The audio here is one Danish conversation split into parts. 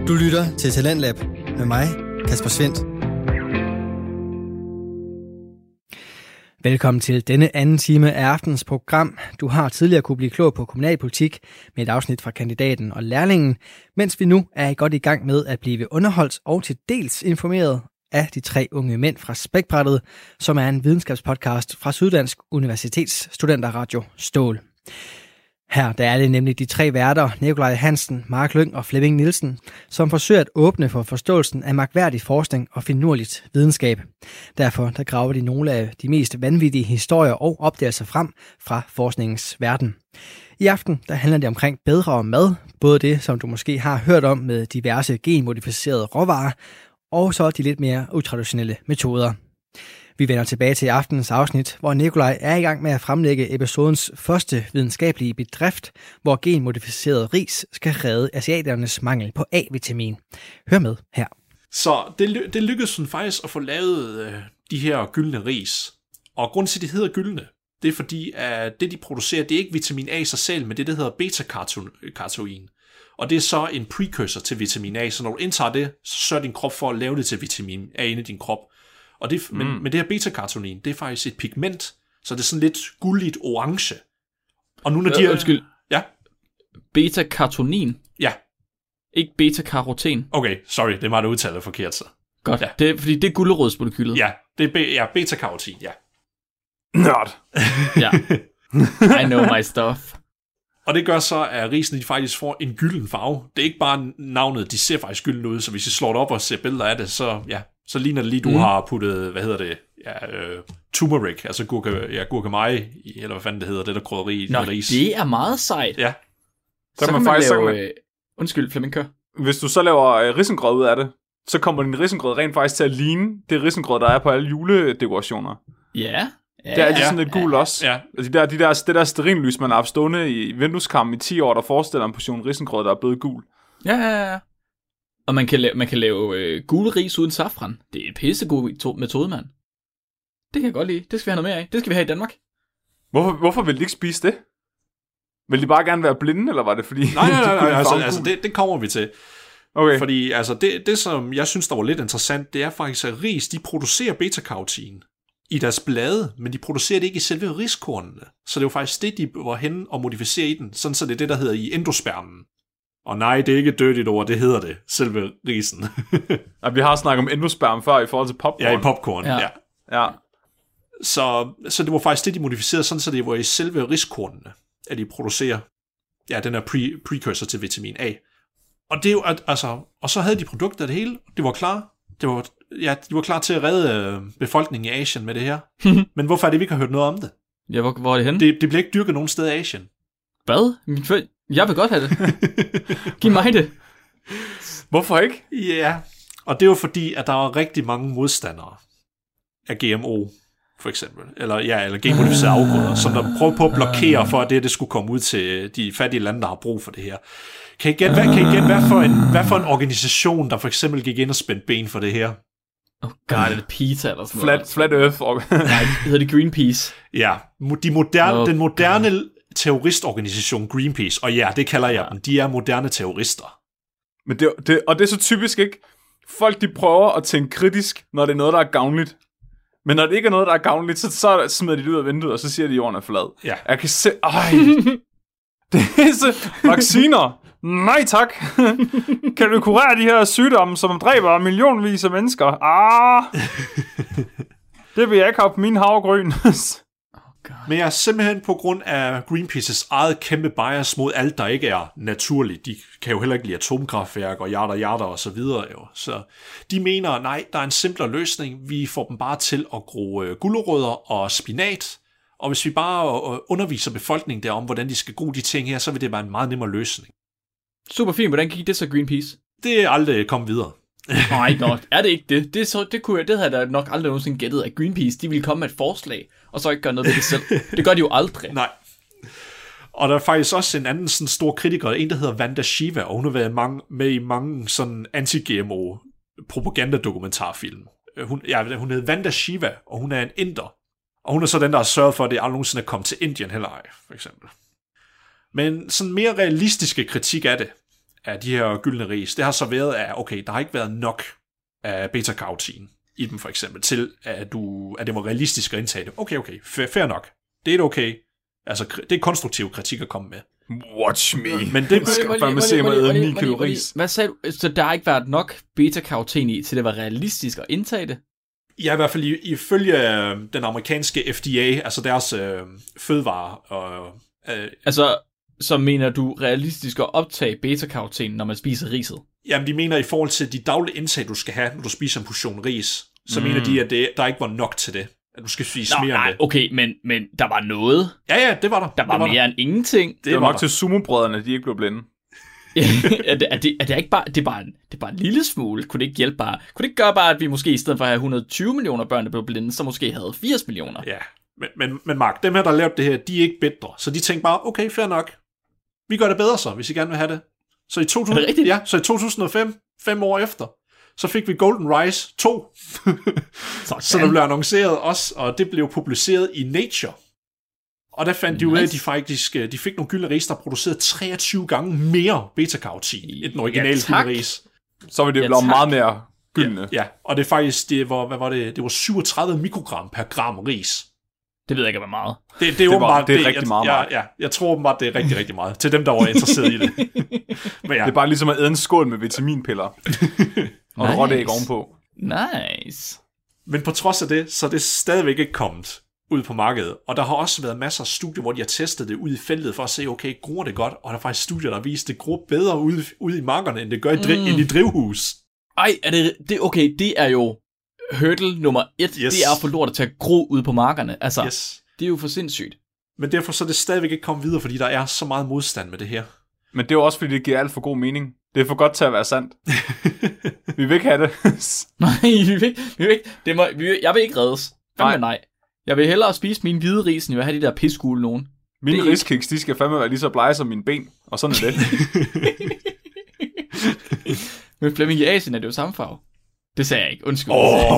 Du lytter til Talentlab med mig, Kasper Svendt. Velkommen til denne anden time af aftens program. Du har tidligere kunne blive klog på kommunalpolitik med et afsnit fra kandidaten og lærlingen, mens vi nu er godt i gang med at blive underholdt og til dels informeret af de 3 unge mænd fra Spækbrættet, som er en videnskabspodcast fra Syddansk Universitets Studenterradio Stål. Her der er det nemlig de 3 værter, Nikolaj Hansen, Mark Lyng og Flemming Nielsen, som forsøger at åbne for forståelsen af mærkværdig forskning og finurligt videnskab. Derfor der graver de nogle af de mest vanvittige historier og opdagelser frem fra forskningens verden. I aften der handler det omkring bedre mad, både det, som du måske har hørt om med diverse genmodificerede råvarer, og så de lidt mere utraditionelle metoder. Vi vender tilbage til aftenens afsnit, hvor Nikolaj er i gang med at fremlægge episodens første videnskabelige bedrift, hvor genmodificeret ris skal redde asiaternes mangel på A-vitamin. Hør med her. Så det lykkedes faktisk at få lavet de her gyldne ris. Og grunden til, at de hedder gyldne, det er fordi, at det de producerer, det er ikke vitamin A i sig selv, men det hedder beta-carotene. Og det er så en precursor til vitamin A, så når du indtager det, så sørger din krop for at lave det til vitamin A inde i din krop. Og det, men det her beta-carotene, det er faktisk et pigment, så det er sådan lidt gulligt orange. Og nu når de undskyld. Ja? Beta-carotene? Ja. Ikke beta-caroten? Okay, sorry, det er mig, der udtaler forkert så. Godt, ja. Det er, fordi det er gulerodsmolekylet. Ja, det er beta-caroten, ja. Nørd. Ja. I know my stuff. Og det gør så, at risene de faktisk får en gylden farve. Det er ikke bare navnet, de ser faktisk gylden ud, så hvis I slår det op og ser billeder af det, så ligner det lige, du har puttet, turmeric, altså gurkemeje, eller hvad fanden det hedder, det der krydderi i ris. Det er meget sejt. Ja. Så kan man faktisk lave... Undskyld, Flemming, kør. Hvis du så laver risengrød ud af det, så kommer din risengrød rent faktisk til at ligne det risengrød, der er på alle juledekorationer. Ja. Det er altid sådan lidt gul også. Ja. Det der stearinlys, man har haft stående i vindueskarmen i 10 år, der forestiller en portion risengrød, der er blevet gul. Ja. Og man kan lave gule ris uden safran. Det er en pissegod metode, mand. Det kan jeg godt lide. Det skal vi have noget mere af. Det skal vi have i Danmark. Hvorfor vil de ikke spise det? Vil de bare gerne være blinde, eller var det fordi... Nej, altså det kommer vi til. Okay. Fordi altså, det, som jeg synes, der var lidt interessant, det er faktisk, at ris, de producerer beta-caroten i deres blade, men de producerer det ikke i selve riskornene. Så det er jo faktisk det, de var henne og modificere i den, sådan så det er det, der hedder i endospermen. Og nej, det er ikke et dirtigt ord, det hedder det, selve risen. Ja, vi har snakket om endosperm før i forhold til popcorn. Ja, i popcorn, ja. Så det var faktisk det, de modificerede, sådan så det var i selve riskornene, at de producerer den her precursor til vitamin A. Og det er jo, altså, og så havde de produkter af det hele, det var klar. De var klar til at redde befolkningen i Asien med det her. Men hvorfor er det, vi ikke har hørt noget om det? Ja, hvor er det henne? Det bliver ikke dyrket nogen sted i Asien. Hvad? Jeg vil godt have det. Giv mig det. Hvorfor ikke? Ja, og det er jo fordi, at der er rigtig mange modstandere af GMO, for eksempel. Eller genmodificerede afgrøder, som der prøver på at blokere for, at det skulle komme ud til de fattige lande, der har brug for det her. Kan I gætte, hvad for en organisation, der for eksempel gik ind og spændte ben for det her? Oh god, er det PETA eller sådan noget? Flat Earth. Nej, hedder det Greenpeace? Ja, den moderne terroristorganisation Greenpeace, og ja, det kalder jeg dem. De er moderne terrorister. Men det er så typisk, ikke? Folk, de prøver at tænke kritisk, når det er noget, der er gavnligt. Men når det ikke er noget, der er gavnligt, så smider de det ud af vinduet, og så siger de, at jorden er flad. Ja. Jeg kan se... Det er så... Vacciner! Nej tak! Kan du kurere de her sygdomme, som dræber millionvis af mennesker? Det vil jeg ikke have på min havregryn. Men jeg er simpelthen på grund af Greenpeaces eget kæmpe bias mod alt, der ikke er naturligt. De kan jo heller ikke lide atomkraftværk og hjerter og så videre. Jo. Så de mener, nej, der er en simplere løsning. Vi får dem bare til at gro gulerødder og spinat. Og hvis vi bare underviser befolkningen derom, hvordan de skal gro de ting her, så vil det være en meget nemmere løsning. Super fint. Hvordan gik det så, Greenpeace? Det er aldrig kommet videre. Nej, er det ikke det? Det havde jeg da nok aldrig nogensinde gættet, at Greenpeace, de ville komme med et forslag, og så ikke gøre noget ved det selv. Det gør de jo aldrig. Nej. Og der er faktisk også en anden sådan stor kritiker, en der hedder Wanda Shiva, og hun har været med i mange sådan anti-GMO propagandadokumentarfilm. Hun hedder Wanda Shiva, og hun er en inder. Og hun er så den, der har sørget for, at det aldrig nogensinde er kommet til Indien heller ej, for eksempel. Men sådan mere realistiske kritik af det, af de her gyldne ris, det har så været, at okay, der har ikke været nok af beta-karotin i dem for eksempel, til at det var realistisk at indtage det. Okay, fair nok. Det er okay. Altså, det er konstruktiv kritik at komme med. Watch me. Men det skal fandme se mig æde 9 kilo ris. Hvad sagde du? Så der har ikke været nok beta-karotin i, til det var realistisk at indtage det? Ja, i hvert fald ifølge den amerikanske FDA, altså deres fødevare. Altså, så mener du realistisk at optage beta-karotin, når man spiser riset? Jamen, de mener i forhold til de daglige indtag, du skal have, når du spiser en portion ris, så mener de, at der ikke var nok til det. At du skal spise mere end det. Okay, men der var noget. Ja, det var der. Der var mere end ingenting. Det var nok til sumobrødrene, de ikke blev blinde. er det ikke bare, det er bare en lille smule. Kunne det ikke hjælpe bare? Kunne det ikke gøre bare, at vi måske i stedet for at have 120 millioner børn, der blev blinde, så måske havde 80 millioner? Ja, men Mark, dem her, der lavede det her, de er ikke bedre. Så de tænkte bare, okay, fair nok. Vi gør det bedre så, hvis I gerne vil have det. Så i 2005, 5 år efter, så fik vi Golden Rice 2. Så der blev annonceret også, og det blev publiceret i Nature. Og der fandt de ud af, at de fik nogle gyldne ris, der producerede 23 gange mere beta-karotin end den originale gyldne ris. Så vil det blive meget mere gyldne. Ja, og det er faktisk, det var 37 mikrogram per gram ris. Det ved jeg ikke, hvad meget. Det er rigtig meget. Jeg tror åbenbart, det er rigtig, rigtig meget. Til dem, der var interesseret i det. Men ja. Det er bare ligesom at æde en skål med vitaminpiller. Og rådæg ovenpå. Nice. Men på trods af det, så er det stadigvæk ikke kommet ud på markedet. Og der har også været masser af studier, hvor de har testet det ud i feltet for at se, okay, gror det godt? Og der er faktisk studier, der har vist, det gror bedre ude i markerne, end det gør end i drivhus. Ej, det okay, det er jo hurdle nummer 1. Yes. Det er for lort at tage gro ud på markerne. Altså, det er jo for sindssygt. Men derfor så er det stadigvæk ikke kommet videre, fordi der er så meget modstand med det her. Men det er jo også, fordi det giver alt for god mening. Det er for godt til at være sandt. Vi vil ikke have det. Nej, vi vil ikke. Jeg vil ikke reddes. Nej. Jeg vil hellere spise mine hvide ris, end jeg vil have de der pisgule nogen. Mine riskiks, de skal fandme være lige så blege som mine ben. Og sådan er det. Men Flemming, i Asien er det jo samme farve. Det sagde jeg ikke. Undskyld.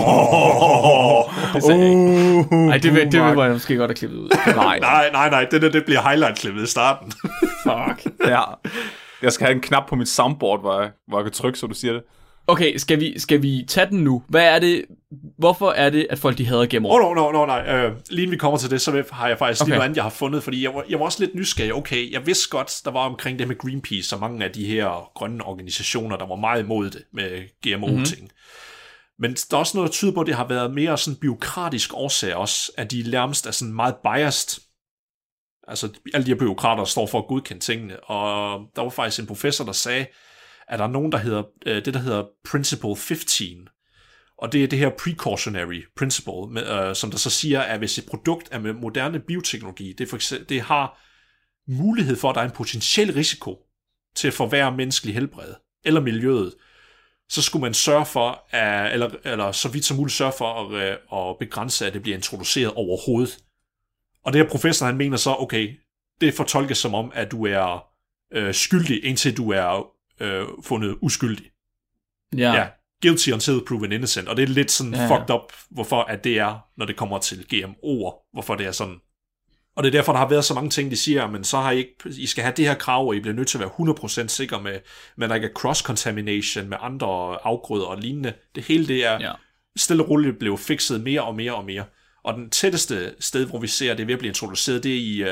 Det sagde jeg ikke. Nej, det vil jeg måske godt have klippet ud. Nej. Det bliver highlight-klippet i starten. Fuck. Ja. Jeg skal have en knap på mit soundboard, hvor jeg kan trykke, så du siger det. Okay, skal vi tage den nu? Hvorfor er det, at folk de hader GMO? Nej. Lige inden vi kommer til det, så har jeg faktisk lige noget andet, jeg har fundet, fordi jeg var også lidt nysgerrig. Okay, jeg vidste godt, der var omkring det med Greenpeace og mange af de her grønne organisationer, der var meget imod det med GMO-ting. Men der er også noget, der tyder på, at det har været mere sådan bureaukratisk årsag også, at de nærmest er sådan meget biased. Altså, alle de her bureaukrater, der står for at godkende tingene. Og der var faktisk en professor, der sagde, at der er nogen, der hedder Principle 15. Og det er det her precautionary principle, som der så siger, at hvis et produkt er med moderne bioteknologi, det har mulighed for, at der er en potentiel risiko til at forværre menneskelig helbred eller miljøet, så skulle man sørge for, eller så vidt som muligt sørge for at begrænse, at det bliver introduceret overhovedet. Og det her professor, han mener så, okay, det fortolkes som om, at du er skyldig, indtil du er fundet uskyldig. Ja. Guilty until proven innocent. Og det er lidt sådan fucked up, hvorfor at det er, når det kommer til GMO'er, hvorfor det er sådan. Og det er derfor, der har været så mange ting, de siger, men så har I skal have det her krav, og I bliver nødt til at være 100% sikre med, at der ikke er cross-contamination med andre afgrøder og lignende. Det hele det er stille og roligt blevet fikset mere og mere og mere. Og den tætteste sted, hvor vi ser, at det er ved at blive introduceret,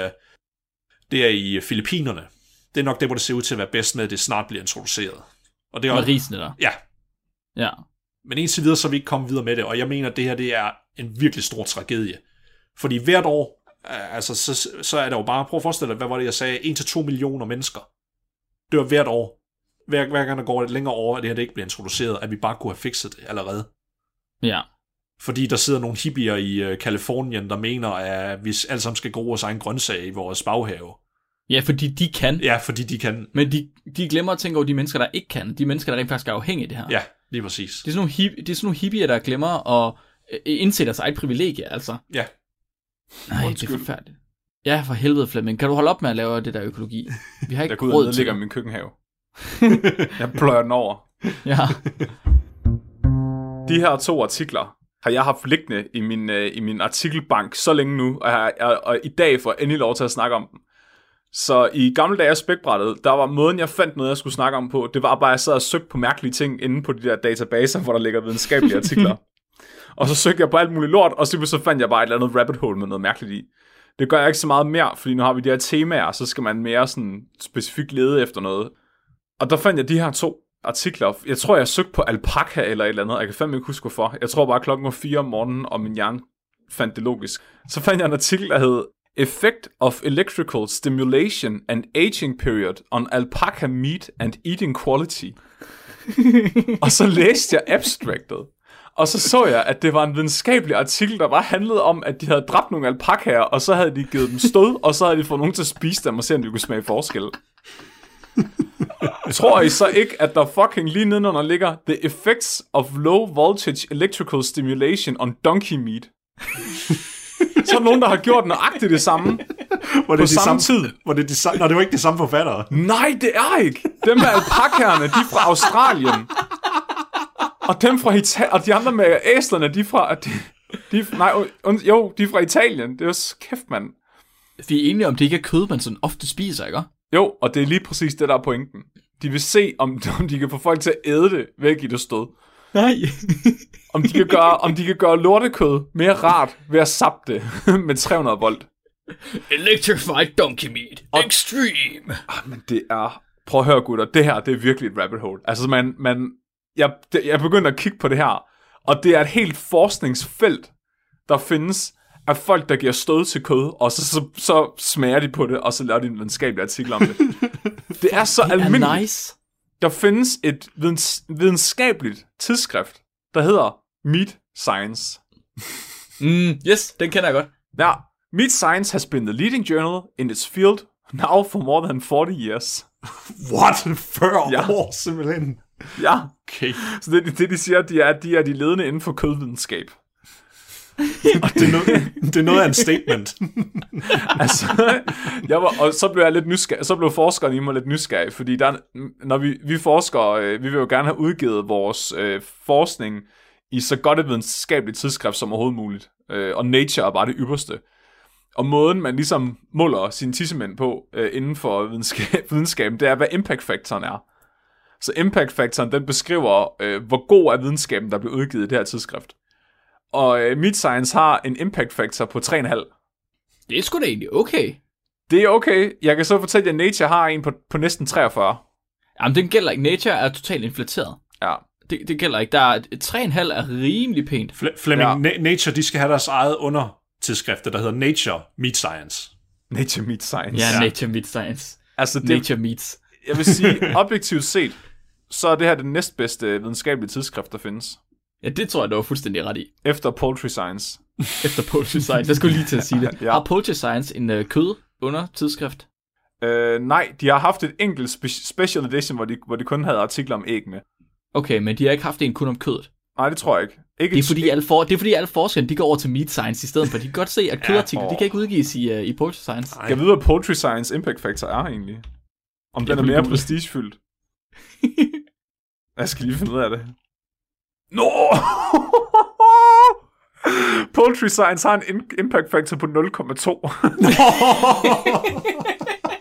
det er i Filippinerne. Det er nok det, hvor det ser ud til at være bedst med, at det snart bliver introduceret. Og det er med risene der? Ja. Men indtil videre, så er vi ikke kommet videre med det, og jeg mener, at det her det er en virkelig stor tragedie. Fordi hvert år, altså, så er der jo bare, prøv at forestille dig, hvad var det, jeg sagde, 1-2 millioner mennesker dør hvert år. Hver gang der går et længere år, at det her det ikke bliver introduceret, at vi bare kunne have fikset det allerede. Ja. Fordi der sidder nogle hippier i Kalifornien, der mener, at vi alle sammen skal gro vores egen grøntsag i vores baghave. Ja, fordi de kan. Ja, fordi de kan. Men de glemmer at tænke over de mennesker, der ikke kan. De mennesker, der rent faktisk er afhængige af det her. Ja, lige præcis. Det er sådan nogle hippier, der glemmer at indse deres eget privilegie, altså. Ja. Nej, det er forfærdeligt. Ja, for helvede, Flemming. Kan du holde op med at lave det der økologi? Vi har ikke råd til det. Jeg ligger i min køkkenhave. Jeg pløjer den over. Ja. De her 2 artikler har jeg haft liggende i min artikelbank så længe nu, og i dag får jeg endelig lov til at snakke om dem. Så i gamle dage af spækbrættet, der var måden, jeg fandt noget, jeg skulle snakke om på, det var bare, at jeg sad og søgte på mærkelige ting inde på de der databaser, hvor der ligger videnskabelige artikler. Og så søgte jeg på alt muligt lort, og så fandt jeg bare et eller andet rabbit hole med noget mærkeligt i. Det gør jeg ikke så meget mere, fordi nu har vi de her temaer, så skal man mere sådan specifikt lede efter noget. Og der fandt jeg de her 2 artikler. Jeg tror, jeg søgte på alpaka eller et eller andet. Jeg kan fandme ikke huske hvorfor. Jeg tror bare klokken var 4 om morgenen, og min hjerne fandt det logisk. Så fandt jeg en artikel, der hed Effect of Electrical Stimulation and Aging Period on Alpaca Meat and Eating Quality. Og så læste jeg abstractet. Og så jeg, at det var en videnskabelig artikel, der bare handlede om, at de havde dræbt nogle alpakaer, og så havde de givet dem stød, og så havde de fået nogen til at spise dem, og se, om de kunne smage forskel. Tror I så ikke, at der fucking lige nedenunder ligger The Effects of Low Voltage Electrical Stimulation on Donkey Meat? Så er nogen, der har gjort nøjagtigt det samme på samme tid. Nå, det var ikke det samme forfattere. Nej, det er ikke. Dem med alpakaerne, de er fra Australien. Og dem fra og de andre med æslerne, de er fra... de er fra Italien. Det er jo kæft, mand. Vi er enige om, det ikke er kød, man sådan ofte spiser, ikke? Jo, og det er lige præcis det, der er pointen. De vil se, om de kan få folk til at æde det, ved at give det stød. Nej. om de kan gøre lortekød mere rart ved at zappe det med 300 volt. Electrified donkey meat. Extreme. Men det er... Prøv at høre, gutter. Det her, det er virkelig et rabbit hole. Altså, jeg begynder at kigge på det her, og det er et helt forskningsfelt, der findes af folk, der giver stød til kød, og så smager de på det, og så laver de en videnskabelig artikel om det. Det er så almindeligt. Nice. Der findes et videnskabeligt tidsskrift, der hedder Meat Science. Yes, den kender jeg godt. Ja, Meat Science has been the leading journal in its field now for more than 40 years. What? 40 år, simpelthen? Ja. Okay. Så det de siger, de er de ledende inden for kødvidenskab. Og det er noget af en statement. Altså, og så blev jeg lidt nysgerrig, så blev forskeren i mig lidt nysgerrig, fordi når vi forskere, vi vil jo gerne have udgivet vores forskning i så godt et videnskabeligt tidsskrift som overhovedet muligt. Og Nature er bare det ypperste. Og måden, man ligesom måler sine tissemænd på inden for videnskaben, det er, hvad impact-faktoren er. Så impact-faktoren, den beskriver, hvor god er videnskaben, der bliver udgivet i det her tidsskrift. Og Meat Science har en impact-faktor på 3,5. Det er sgu da egentlig okay. Det er okay. Jeg kan så fortælle, at Nature har en på næsten 43. Jamen, den gælder ikke. Nature er totalt inflateret. Ja. Det gælder ikke. Der er 3,5 er rimelig pænt. Flemming, ja. Nature, de skal have deres eget undertidsskrifter, der hedder Nature Meat Science. Nature Meat Science. Ja, Nature Meat Science. Altså Nature Meats. Jeg vil sige, objektivt set, så er det her det næstbedste videnskabelige tidsskrift, der findes. Ja, det tror jeg, du var fuldstændig ret i. Efter Poultry Science. Efter Poultry Science. Jeg skulle lige til at sige det. Ja. Har Poultry Science en kød under tidsskrift? Nej, de har haft et enkelt special edition, hvor de kun havde artikler om æg med. Okay, men de har ikke haft en kun om kødet? Nej, det tror jeg ikke. Det er fordi alle forskerne, de går over til Meat Science i stedet for. De kan godt se, at kødartikler, de kan ikke udgives i Poultry Science. Jeg ved, hvad Poultry Science Impact Factor er egentlig. Om den er mere prestigefyldt. Jeg skal lige finde ud af det. Nå! Poultry Science har en impact factor på 0,2.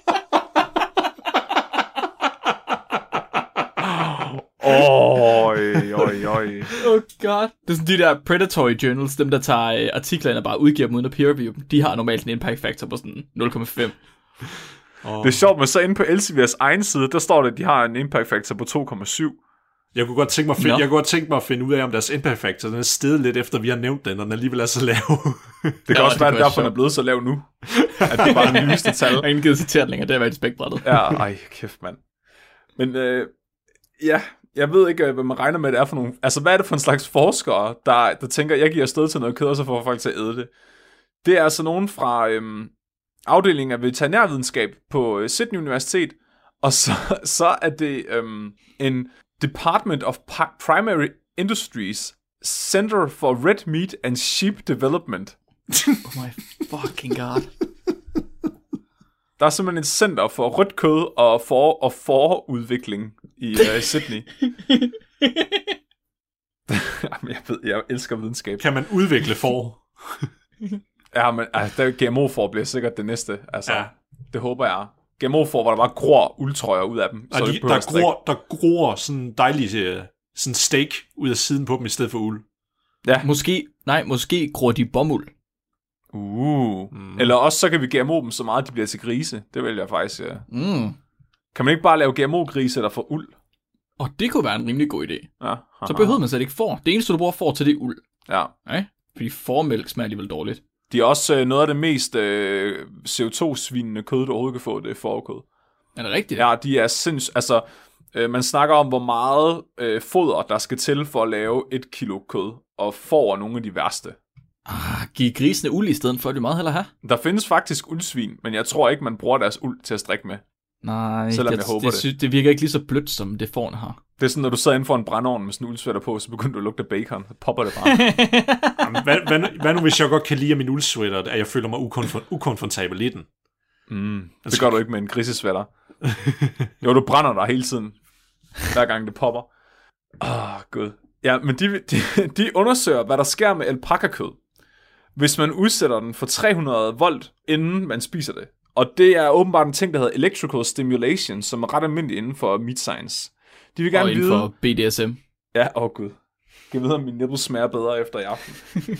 Oj. Oh god. Det er sådan de der predatory journals, dem der tager artikler ind og bare udgiver dem uden at peer review dem. De har normalt en impact factor på sådan 0,5. Det er sjovt, men så inde på Elsevier's egen side, der står det, at de har en impact factor på 2,7. Jeg kunne godt tænke mig at finde ud af, om deres impact factor den er steget lidt efter, vi har nævnt den, og den alligevel er så lav. Det kan også være, at derfor den er blevet så lav nu. At det er bare den nyeste tal. Jeg har ikke givet citeret længere, det har været i spækbrættet. Ja, ej, kæft mand. Men ja, jeg ved ikke, hvad man regner med, det er for nogle... Altså, hvad er det for en slags forskere, der tænker, jeg giver stød til noget kød, og så får folk til at æde det? Det er altså nogen fra afdelingen af veterinærvidenskab på Sydney Universitet, og så er det en Department of Primary Industries Center for Red Meat and Sheep Development. Oh my fucking god. Der er simpelthen et center for rødt kød og forudvikling i Sydney. Jamen, jeg elsker videnskab. Kan man udvikle får? Ja, men GMO-får bliver sikkert det næste. Altså, ja. Det håber jeg. GMO-får, hvor der bare gror uldtrøjer ud af dem. Og der gror sådan dejlig sådan steak ud af siden på dem, i stedet for uld. Ja. Måske gror de bomuld. Eller også så kan vi GMO dem så meget, at de bliver til grise. Det vil jeg faktisk, ja. Kan man ikke bare lave GMO-grise, der får uld? Og det kunne være en rimelig god idé. Ja. Så behøver man slet ikke får. Det eneste, du bruger får til, det er uld. Ja. Okay? Fordi formælk smager alligevel dårligt. De er også noget af det mest CO2-svinende kød, du overhovedet kan få, det er fårekød. Er det rigtigt? Ja, de er sindssygt. Altså, man snakker om, hvor meget foder, der skal til for at lave 1 kilo kød, og får nogle af de værste. Giv grisene uld i stedet for, det meget heller have. Der findes faktisk uldsvin, men jeg tror ikke, man bruger deres uld til at strikke med. Nej, selvom jeg håber det virker ikke lige så blødt, som det fårene har. Det er sådan, når du sidder inden for en brændeovn med sådan en uldsvætter på, så begynder du at lugte bacon. Så popper det bare. Jamen, hvad nu, hvis jeg godt kan lide min uldsvætter, at jeg føler mig ukomfortabel i den? Det gør du ikke med en grisesvætter. Jo, du brænder dig hele tiden, hver gang det popper. Gud. Ja, men de undersøger, hvad der sker med alpakakød, hvis man udsætter den for 300 volt, inden man spiser det. Og det er åbenbart en ting, der hedder electrical stimulation, som er ret almindelig inden for meat science. De vil gerne og inden for BDSM. Ja, gud. Jeg ved, om min nipple smager bedre efter i aften.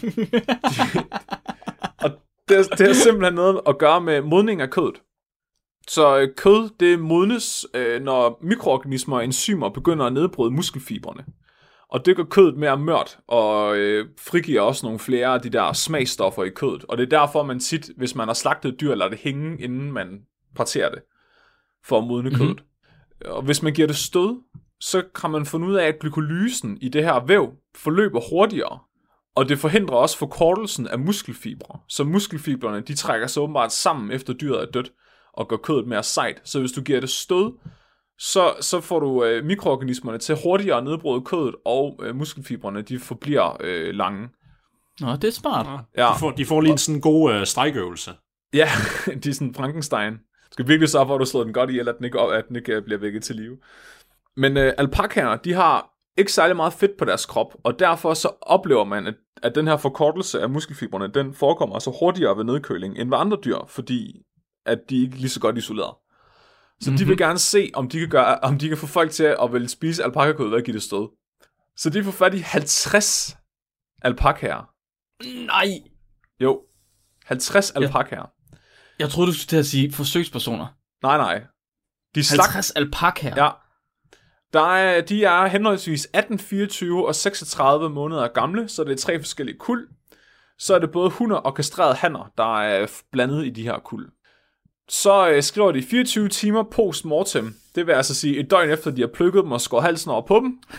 Og det har simpelthen noget at gøre med modning af kødet. Så kød, det modnes, når mikroorganismer og enzymer begynder at nedbryde muskelfibrene. Og det gør kødet mere mørt, og frigiver også nogle flere af de der smagstoffer i kødet. Og det er derfor, man tit, hvis man har slagtet et dyr, lader det hænge, inden man parterer det, for at modne kødet. Og hvis man giver det stød, så kan man finde ud af, at glykolysen i det her væv forløber hurtigere. Og det forhindrer også forkortelsen af muskelfibre. Så muskelfibrene, de trækker sig åbenbart sammen, efter dyret er dødt, og gør kødet mere sejt. Så hvis du giver det stød, så får du mikroorganismerne til hurtigere at nedbryde kødet, og muskelfibrene, de forbliver lange. Nå, det er smart. Ja. De får lige en sådan god strækøvelse. Ja, de er sådan Frankenstein. Du skal virkelig sørge for, at du slår den godt ihjel, at den ikke bliver vækket til live. Men alpakaer, de har ikke særlig meget fedt på deres krop, og derfor så oplever man, at den her forkortelse af muskelfibrene, den forekommer så hurtigere ved nedkøling end ved andre dyr, fordi at de ikke er lige så godt isoleret. Så de vil gerne se, om de kan få folk til at ville spise alpakakød ved at give det stød. Så de får fat i 50 alpakaer. Nej! Jo, 50 alpakaer. Jeg troede, du skulle til at sige forsøgspersoner. Nej. 50 alpakaer? Ja. De er henholdsvis 18, 24 og 36 måneder gamle, så det er 3 forskellige kuld. Så er det både hunner og kastrerede hanner, der er blandet i de her kuld. Så skriver de 24 timer post-mortem. Det vil altså sige et døgn efter, de har plukket dem og skåret halsen over på dem.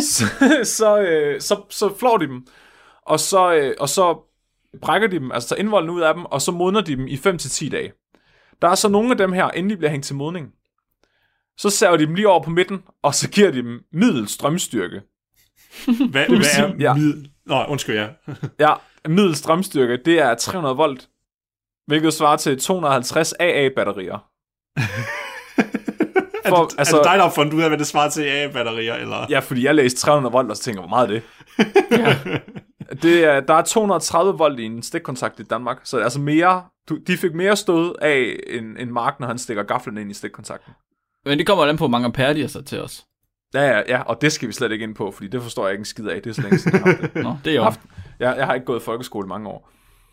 så flår de dem. Og så brækker de dem, altså tager indvolden ud af dem, og så modner de dem i 5-10 dage. Der er så nogle af dem her, inden de bliver hængt til modning. Så saver de dem lige over på midten, og så giver de dem middel strømstyrke. Hvad er middel? Nå, undskyld, ja. Ja, middel strømstyrke, det er 300 volt, hvilket svarer til 250 AA-batterier. Er det dig, der har fundet ud af, hvad det svarer til AA-batterier? Eller? Ja, fordi jeg læste 300 volt, og så tænker, hvor meget er det? Ja. Der er 230 volt i en stikkontakt i Danmark, så det er altså mere, de fik mere stød af en Mark, når han stikker gaflen ind i stikkontakten. Men det kommer an på, hvor mange ampere de har sat til os. Ja, og det skal vi slet ikke ind på, fordi det forstår jeg ikke en skid af. Det er så længe siden, jeg har haft det. Nå, det er jo. Jeg har ikke gået i folkeskole i mange år.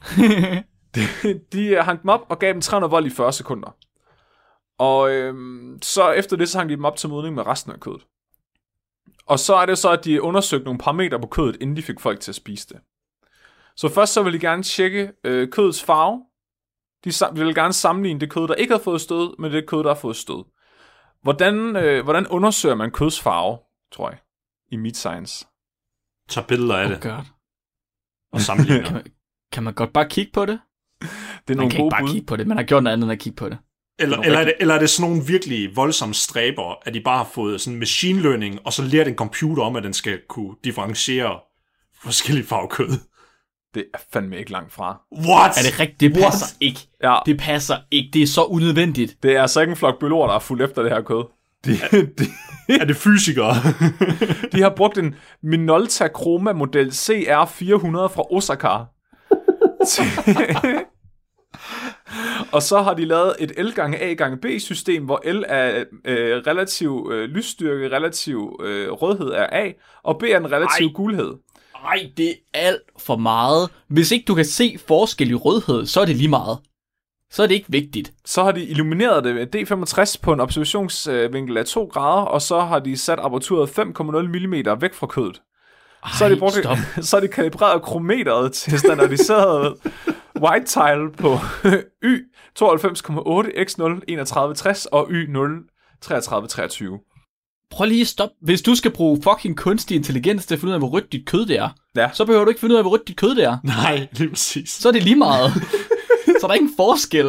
De hang dem op og gav dem 300 volt i 40 sekunder. Og så efter det, så hang de dem op til modning med resten af kødet. Og så er det så, at de undersøgte nogle parametre på kødet, inden de fik folk til at spise det. Så først så vil de gerne tjekke kødets farve. De vil gerne sammenligne det kød, der ikke har fået stød, med det kød, der har fået stød. Hvordan undersøger man køds farve, tror jeg, i meat science? Tager billeder af det. God. Og sammenligner. Kan man godt bare kigge på det? Det er nogle gode bud. Man kan ikke bare kigge på det, man har gjort noget andet end at kigge på det. Eller er det sådan nogle virkelig voldsomme stræber, at de bare har fået sådan machine learning, og så lærer den computer om, at den skal kunne differentiere forskellige farvekød? Det er fandme ikke langt fra. What? Er det rigtigt? Det passer ikke. Ja. Det passer ikke. Det er så unødvendigt. Det er altså ikke en flok biologer, der er fuldt efter det her kød. Er det fysikere? De har brugt en Minolta Chroma model CR400 fra Osaka. Og så har de lavet et L gange A gange B system, hvor L er relativ lysstyrke, relativ rødhed er A, og B er en relativ gulhed. Nej, det er alt for meget. Hvis ikke du kan se forskel i rødhed, så er det lige meget. Så er det ikke vigtigt. Så har de illumineret det med D65 på en observationsvinkel af 2 grader, og så har de sat aperturet 5,0 mm væk fra kødet. Så har de kalibreret krometeret til standardiseret white tile på Y 92,8 X0 3160 og Y0 3323. Prøv lige at stoppe. Hvis du skal bruge fucking kunstig intelligens til at finde ud af, hvor rødt dit kød det er, så behøver du ikke finde ud af, hvor rødt dit kød det er. Nej, lige præcis. Så er det lige meget. Så er der ingen forskel.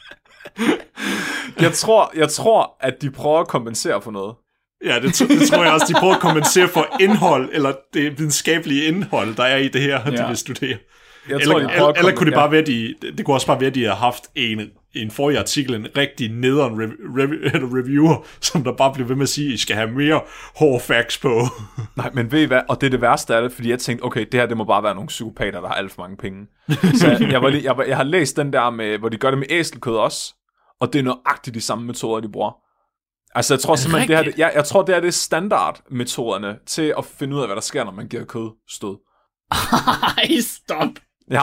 Jeg tror, at de prøver at kompensere for noget. Ja, det tror jeg også, de prøver at kompensere for indhold, eller det videnskabelige indhold, der er i det her, de vil studere. Eller kunne det bare være, det kunne også bare være, at de har haft en forrige artikel, en rigtig nederen reviewer, som der bare blev ved med at sige, I skal have mere hårde facts på. Nej, men ved I hvad? Og det er det værste af det, fordi jeg tænkte, okay, det her, det må bare være nogle psykopater, der har alt for mange penge. Så jeg har læst den der med, hvor de gør det med æselkød også, og det er nøjagtigt de samme metoder, de bruger. Altså, jeg tror simpelthen, jeg tror, det er standardmetoderne til at finde ud af, hvad der sker, når man giver kød stød. Ej, stop. Ja.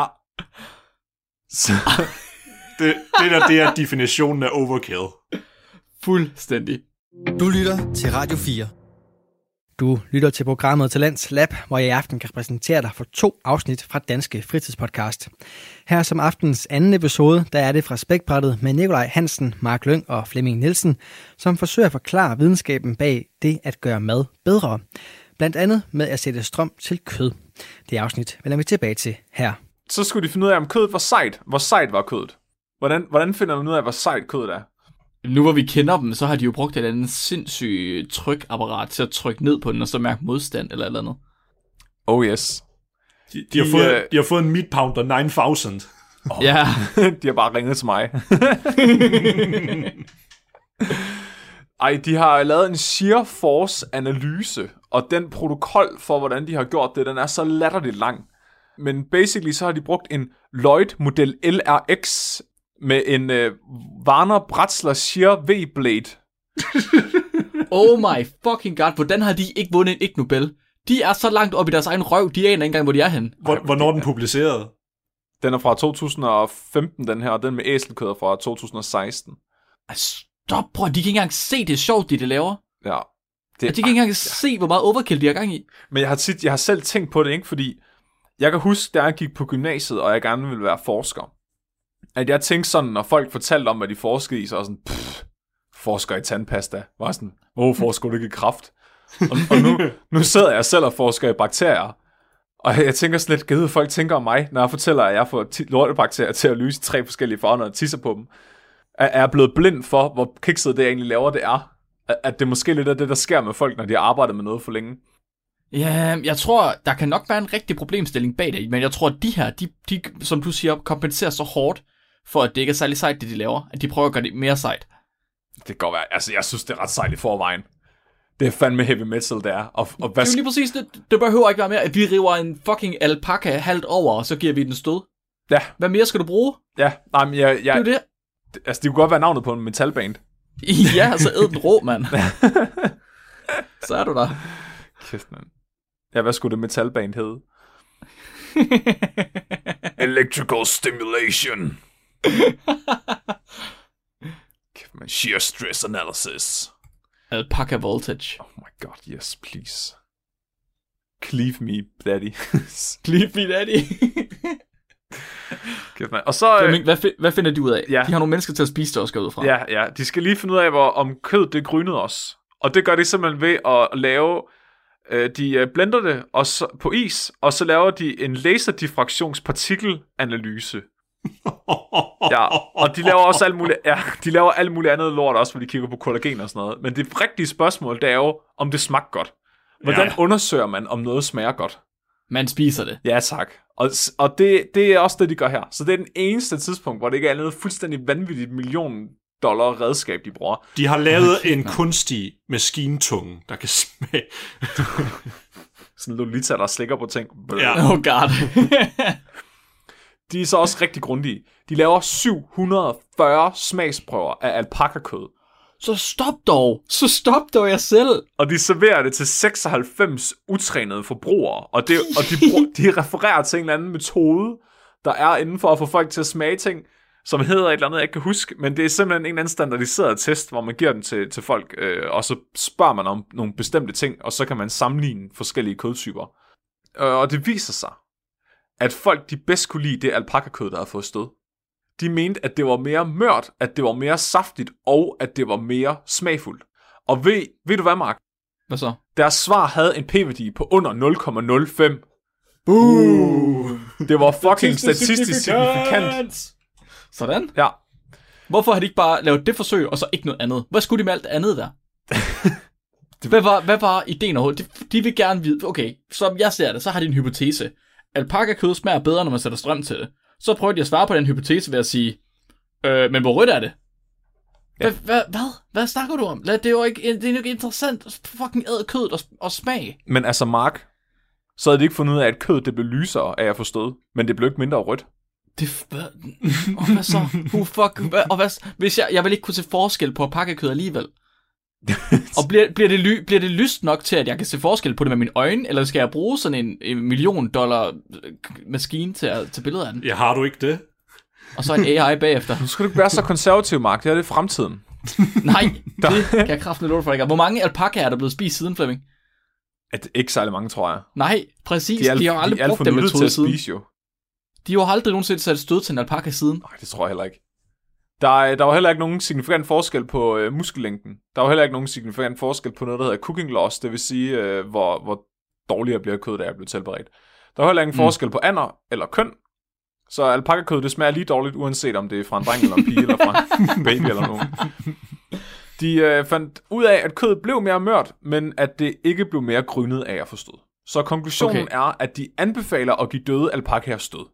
Det er definitionen af overkill. Fuldstændig. Du lytter til Radio 4. Du lytter til programmet Talents Lab, hvor jeg i aften kan præsentere dig for 2 afsnit fra Danske Fritidspodcast. Her som aftens anden episode, der er det fra Spækbrættet med Nikolaj Hansen, Mark Lyng og Flemming Nielsen, som forsøger at forklare videnskaben bag det at gøre mad bedre. Blandt andet med at sætte strøm til kød. Det afsnit vender vi tilbage til her. Så skulle de finde ud af, om kødet var sejt. Hvor sejt var kødet? Hvordan finder man ud af, hvor sejt kødet er? Nu hvor vi kender dem, så har de jo brugt et eller andet sindssygt trykapparat til at trykke ned på den, og så mærke modstand eller et eller andet. Oh yes. De har fået en meat pounder 9000. Ja. De har bare ringet til mig. Ej, de har lavet en shear force analyse, og den protokol for, hvordan de har gjort det, den er så latterligt lang. Men basically så har de brugt en Lloyd Model LRX med en Warner Bratzler Shear V-blade. Oh my fucking god, hvordan har de ikke vundet en Ig Nobel? De er så langt op i deres egen røv, de aner ikke engang, hvor de er henne. Hvornår er den publiceret? Den er fra 2015, den her, og den med æselkød fra 2016. Stop, bror, de kan ikke engang se det sjovt, det laver. Ja. De kan ikke engang se, hvor meget overkill de har gang i. Men jeg har selv tænkt på det, ikke? Fordi jeg kan huske, da jeg gik på gymnasiet, og jeg gerne ville være forsker, at jeg tænkte sådan, når folk fortalte om, hvad de forskede i, så var sådan, forsker i tandpasta. Var sådan, forsker du ikke i kræft? og nu sidder jeg selv og forsker i bakterier. Og jeg tænker sådan lidt, hvad folk tænker om mig, når jeg fortæller, at jeg får lortebakterier til at lyse 3 forskellige farver, og tisser på dem. Er jeg blevet blind for, hvor kikset det jeg egentlig laver, det er? At det måske lidt af det, der sker med folk, når de har arbejdet med noget for længe? Ja, jeg tror, der kan nok være en rigtig problemstilling bag det, men jeg tror, at de her, de som du siger, kompenserer så hårdt, for at det ikke er særlig sejt, det de laver, at de prøver at gøre det mere sejt. Det kan godt være. Altså, jeg synes, det er ret sejt i forvejen. Det er fandme heavy metal, det er. Og det er jo lige præcis det behøver ikke være mere, at vi river en fucking alpaka halvt over, og så giver vi den stød. Ja. Hvad mere skal du bruge? Ja, nej, men jeg... Det er jo det. Altså, det kunne godt være navnet på en metalband. Ja, så æd den rå, mand. Så er du der. Kæft, mand. Ja, hvad skulle det metalband hedde? Electrical stimulation. Kæft, man. Shear stress analysis. Alpaca voltage. Oh my god, yes, please. Cleave me, daddy. Cleave me, daddy. Kæft, man. Og så... Flemming, hvad finder de ud af? Ja. De har nogle mennesker til at spise det og skal ud fra. Ja, de skal lige finde ud af, om kød det grynede os. Og det gør de simpelthen ved at lave... De blender det også på is, og så laver de en laserdiffraktionspartikelanalyse. Ja, og de laver også alt muligt andet lort også, hvor de kigger på kollagen og sådan noget. Men det rigtige spørgsmål, det er jo, om det smager godt. Hvordan undersøger man, om noget smager godt? Man spiser det. Ja, tak. Og det er også det, de gør her. Så det er den eneste tidspunkt, hvor det ikke er noget fuldstændig vanvittigt $1,000,000 redskab, de bruger. De har lavet en kunstig maskintunge, der kan smage. Sådan en Lolita, der slikker på ting. Ja. Oh god. De er så også rigtig grundige. De laver 740 smagsprøver af alpakakød. Så stop dog jer selv. Og de serverer det til 96 utrænede forbrugere. Og de refererer til en eller anden metode, der er inden for at få folk til at smage ting, som hedder et eller andet, jeg ikke kan huske. Men det er simpelthen en eller anden standardiseret test, hvor man giver den til folk, og så spørger man om nogle bestemte ting, og så kan man sammenligne forskellige kødtyper. Og det viser sig, at folk de bedst kunne lide det alpakakød, der havde fået stød. De mente, at det var mere mørt, at det var mere saftigt, og at det var mere smagfuldt. Og ved du hvad, Mark? Hvad så? Deres svar havde en p-værdi på under 0,05. Det var fucking statistisk signifikant. Sådan. Ja. Hvorfor har de ikke bare lavet det forsøg, og så ikke noget andet? Hvad skulle de med alt det andet der? Hvad var ideen overhovedet? De vil gerne vide, okay, som jeg ser det, så har de en hypotese. Alpakakød smager bedre, når man sætter strøm til det. Så prøver de at svare på den hypotese ved at sige, men hvor rødt er det? Ja. Hvad snakker du om? Det er jo ikke interessant. Fucking æd kød og smag. Men altså, Mark, så havde de ikke fundet ud af, at kød det blev lysere af at forstå, men det blev ikke mindre rødt. Og hvad så? Og hvis jeg vil ikke kunne se forskel på pakkekød alligevel. Og bliver det lyst nok til, at jeg kan se forskel på det med mine øjne, eller skal jeg bruge sådan en $1 million maskine til billeder af den? Ja, har du ikke det? Og så en AI bagefter. Nu skal du ikke være så konservativ, Mark. Det er det fremtiden. Nej, det kan jeg kraftedeme love for ikke. Hvor mange alpakaer er der blevet spist siden, Flemming? Ikke særlig mange, tror jeg. Nej, præcis. De har jo aldrig brugt den metode siden. De har jo aldrig nogensinde sat stød til en alpaka siden. Nej, det tror jeg heller ikke. Der var heller ikke nogen signifikant forskel på muskellængden. Der var heller ikke nogen signifikant forskel på noget, der hedder cooking loss, det vil sige, hvor dårligere bliver kød, der er blevet tilberedt. Der var heller ikke forskel på alder eller køn. Så alpakakød, det smager lige dårligt, uanset om det er fra en dreng eller en pige, eller fra en baby eller nogen. De fandt ud af, at kødet blev mere mørt, men at det ikke blev mere grynet af at få stød. Så konklusionen er, at de anbefaler at give døde alpakaer stød.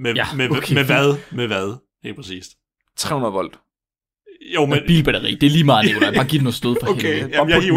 Med hvad? Helt præcist. 300 volt. Jo, men bilbatteri, det er lige meget, Nicolaj. Bare giv den noget stød for helvede.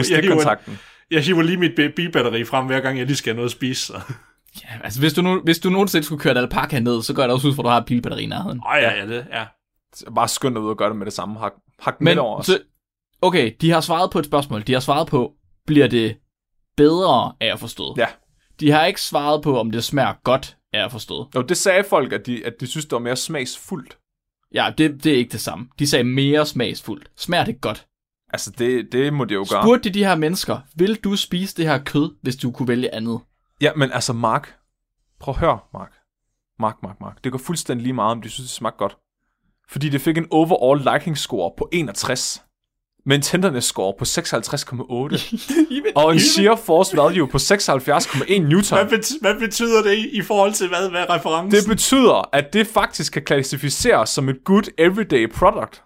Jeg hiver lige mit bilbatteri frem, hver gang jeg lige skal have noget at spise. Så. Ja, altså hvis du nogensinde skulle køre et alpaka ned, så gør det også ud for, at du har et bilbatteri i nærheden. Det er. Bare skyndt ud og gøre det med det samme. Hak med over os. Okay, de har svaret på et spørgsmål. De har svaret på, bliver det bedre af at få stød? Ja. De har ikke svaret på, om det smager godt af at få stød. Jo, det sagde folk, at de synes, det var mere smagsfuldt. Ja, det er ikke det samme. De sagde mere smagsfuldt. Smager det godt? Altså, det må det jo gøre. Spurgte de her mennesker, vil du spise det her kød, hvis du kunne vælge andet? Ja, men altså, Mark. Prøv at høre, Mark. Mark. Det går fuldstændig lige meget, om de synes, det smagte godt. Fordi det fik en overall liking score på 61. Med en tenderness score på 56,8. Og en shear force value på 76,1 newton. Hvad betyder det i forhold til hvad er referencen? Det betyder, at det faktisk kan klassificeres som et good everyday product.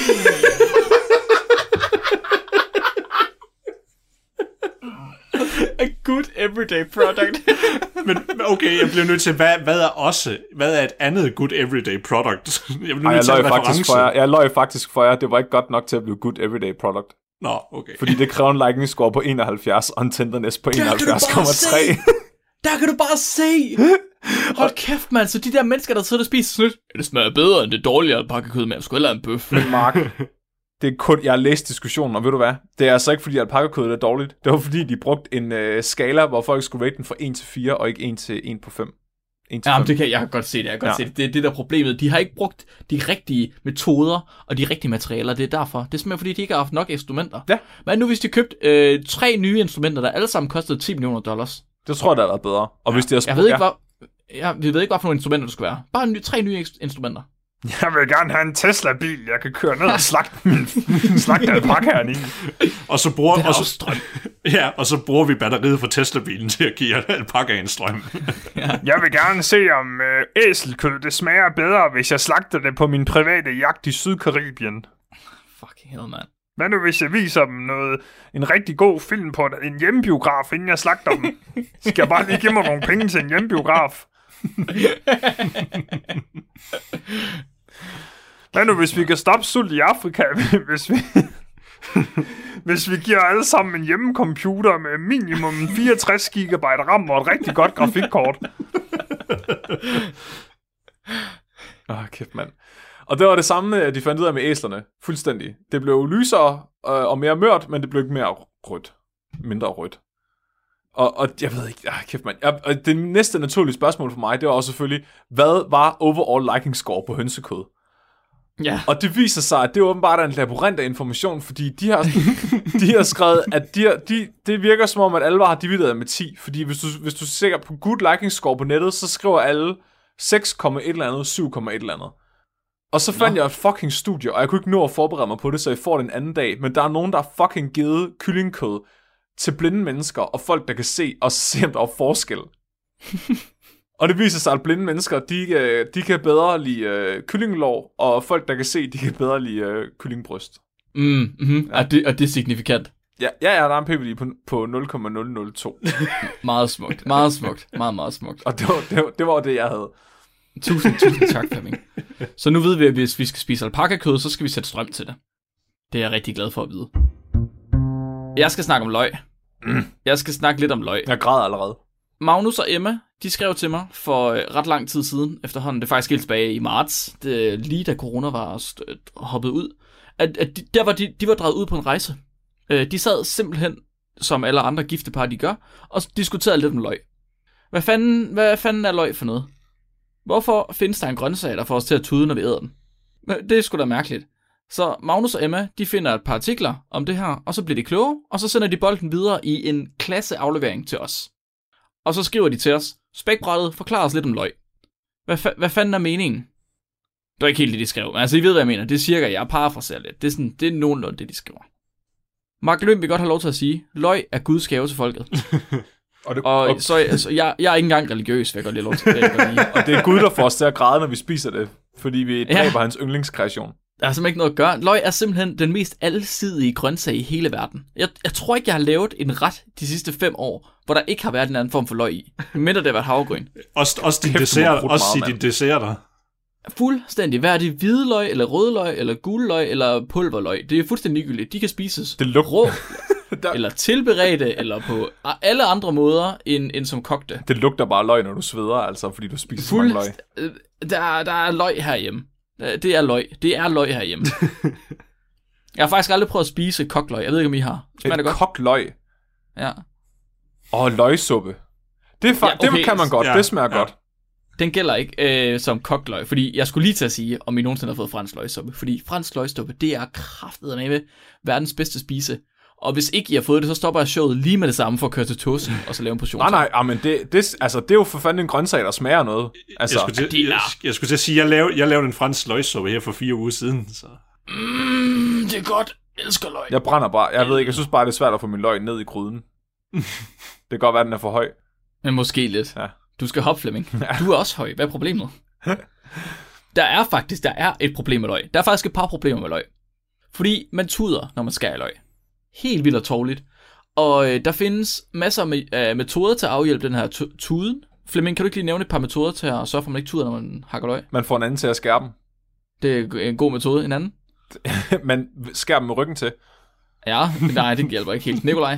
A good everyday product. Men okay, jeg bliver nødt til, hvad er et andet good everyday product? Jeg løj faktisk for jer, det var ikke godt nok til at blive good everyday product. Nå, okay. Fordi det kræver en liking score på 71, og en tenderness på 71,3. Der kan du bare se! Hold kæft, mand, så de der mennesker, der sidder og spiser sådan lidt, det smager bedre end det dårlige alpakakød, men jeg skulle hellere en bøf. Men Mark, det er kun, jeg har læst diskussionen, og ved du hvad? Det er altså ikke, fordi alpakakødet er dårligt. Det var fordi, de brugte en skala, hvor folk skulle rate den fra 1 til 4, og ikke 1 til 1 på 5. Jamen, jeg kan godt se det. Det er det der problemet. De har ikke brugt de rigtige metoder og de rigtige materialer. Det er derfor. Det er simpelthen fordi, de ikke har haft nok instrumenter. Ja. Men nu hvis de købte 3 nye instrumenter, der alle sammen kostede $10 million. Det tror jeg, der har været bedre. Og hvis de har vi ved ikke, hvad for nogle instrumenter det skulle være. Bare 3 nye instrumenter. Jeg vil gerne have en Tesla-bil, jeg kan køre ned og slagte alpakaerne i. Og så bruger vi batteriet fra Tesla-bilen til at give alpakaen strøm. Ja. Jeg vil gerne se, om æselkød det smager bedre, hvis jeg slagter det på min private jagt i Sydkaribien. Fucking hell, man. Hvad nu, hvis jeg viser dem en rigtig god film på en hjemmebiograf, inden jeg slagter dem? Skal jeg bare lige give mig nogle penge til en hjemmebiograf? Hvad nu, hvis vi kan stoppe sult i Afrika, hvis vi giver alle sammen en hjemmecomputer med minimum 64 GB RAM og et rigtig godt grafikkort? Kæft, mand. Og det var det samme, de fandt ud af med æslerne. Fuldstændig. Det blev lysere og mere mørkt, men det blev ikke mere rødt. Mindre rødt. Og jeg ved ikke, kæft, mand. Og det næste naturlige spørgsmål for mig, det var også selvfølgelig, hvad var overall liking score på hønsekød? Ja. Og det viser sig, at det er åbenbart en labyrint af information, fordi de har skrevet, at det virker som om, at alle har divideret med 10. Fordi hvis du ser på good liking score på nettet, så skriver alle 6,1 eller andet, 7,1 eller andet. Og så fandt jeg et fucking studie, og jeg kunne ikke nå at forberede mig på det, så jeg får det en anden dag. Men der er nogen, der har fucking givet kyllingkød til blinde mennesker, og folk, der kan se, og se, om der er forskel. Og det viser sig, at blinde mennesker, de kan bedre lide kyllingelår, og folk, der kan se, de kan bedre lide kyllingbryst. Ja. Og det er signifikant. Ja, der er en PVD på 0,002. Meget smukt, meget smukt, meget, meget smukt. Og det var det, jeg havde. Tusind tak, Flemming. Så nu ved vi, at hvis vi skal spise alpakakød, så skal vi sætte strøm til det. Det er jeg rigtig glad for at vide. Jeg skal snakke om løg. Jeg skal snakke lidt om løg. Jeg græder allerede. Magnus og Emma, de skrev til mig for ret lang tid siden, efterhånden, det er faktisk helt tilbage i marts, lige da corona var hoppet ud, at de var drejet ud på en rejse. De sad simpelthen, som alle andre gifte par, de gør, og diskuterede lidt om løg. Hvad fanden er løg for noget? Hvorfor findes der en grøntsag, der får os til at tude, når vi æder den? Det er sgu da mærkeligt. Så Magnus og Emma, de finder et par artikler om det her, og så bliver de kloge, og så sender de bolden videre i en klasseaflevering til os. Og så skriver de til os, spækbrættet, forklarer os lidt om løg. Hvad fanden er meningen? Det var ikke helt det, de skrev, men altså I ved, hvad jeg mener. Det er cirka, jeg parafraserer lidt. Det er nogenlunde det, de skriver. Mark Løn vil godt have lov til at sige, løg er Guds gave til folket. Så jeg er ikke engang religiøs, vil jeg godt lige lov til det. Og det er Gud, der får os til at græde, når vi spiser det, fordi vi dræber hans yndlingskreation. Der er simpelthen ikke noget at gøre. Løg er simpelthen den mest alsidige grøntsag i hele verden. Jeg tror ikke, jeg har lavet en ret de sidste 5 år, hvor der ikke har været en anden form for løg i. Mindre det har været havregryn. Også din desserter. Fuldstændig. Hvad er det? Hvidløg, eller rødløg, eller guldløg, eller pulverløg? Det er fuldstændig ligegyldigt. De kan spises rå, eller tilberedte, eller på alle andre måder, end som kogte. Det lugter bare løg, når du sveder, altså, fordi du spiser så mange løg. Der er løg herhjemme. Det er løg. Det er løg herhjemme. Jeg har faktisk aldrig prøvet at spise kogt løg. Jeg ved ikke, om I har. Smager det godt? Kogt løg? Ja. Løgsuppe. Det kan man godt. Ja, det smager godt. Den gælder ikke som kogt løg, fordi jeg skulle lige til at sige, om I nogensinde har fået fransk løgsuppe. Fordi fransk løgsuppe, det er kraftedeme verdens bedste spise. Og hvis ikke I har fået det, så stopper jeg showet lige med det samme for at køre til Toast, og så lave en portion. Nej, men det er jo for fanden en grøntsag, der smager noget. Altså, jeg skulle til at sige, jeg lavede en fransk løgsuppe her for 4 uger siden. Så. Det er godt. Jeg elsker løg. Jeg brænder bare. Jeg ved ikke, jeg synes bare, det er svært at få min løg ned i gryden. Det kan godt være, den er for høj. Men måske lidt. Ja. Du skal hoppe, Flemming. Ja. Du er også høj. Hvad er problemet? Der er et problem med løg. Der er faktisk et par problemer med løg. Fordi man tuder, når man skærer løg. Helt vildt og tårligt. Og der findes masser af metoder til at afhjælpe den her tuden. Flemming, kan du ikke lige nævne et par metoder til at sørge for, at man ikke tuder, når man hakker løg? Man får en anden til at skære dem. Det er en god metode. En anden? Man skærer dem med ryggen til. Ja, nej, det hjælper ikke helt. Nikolaj?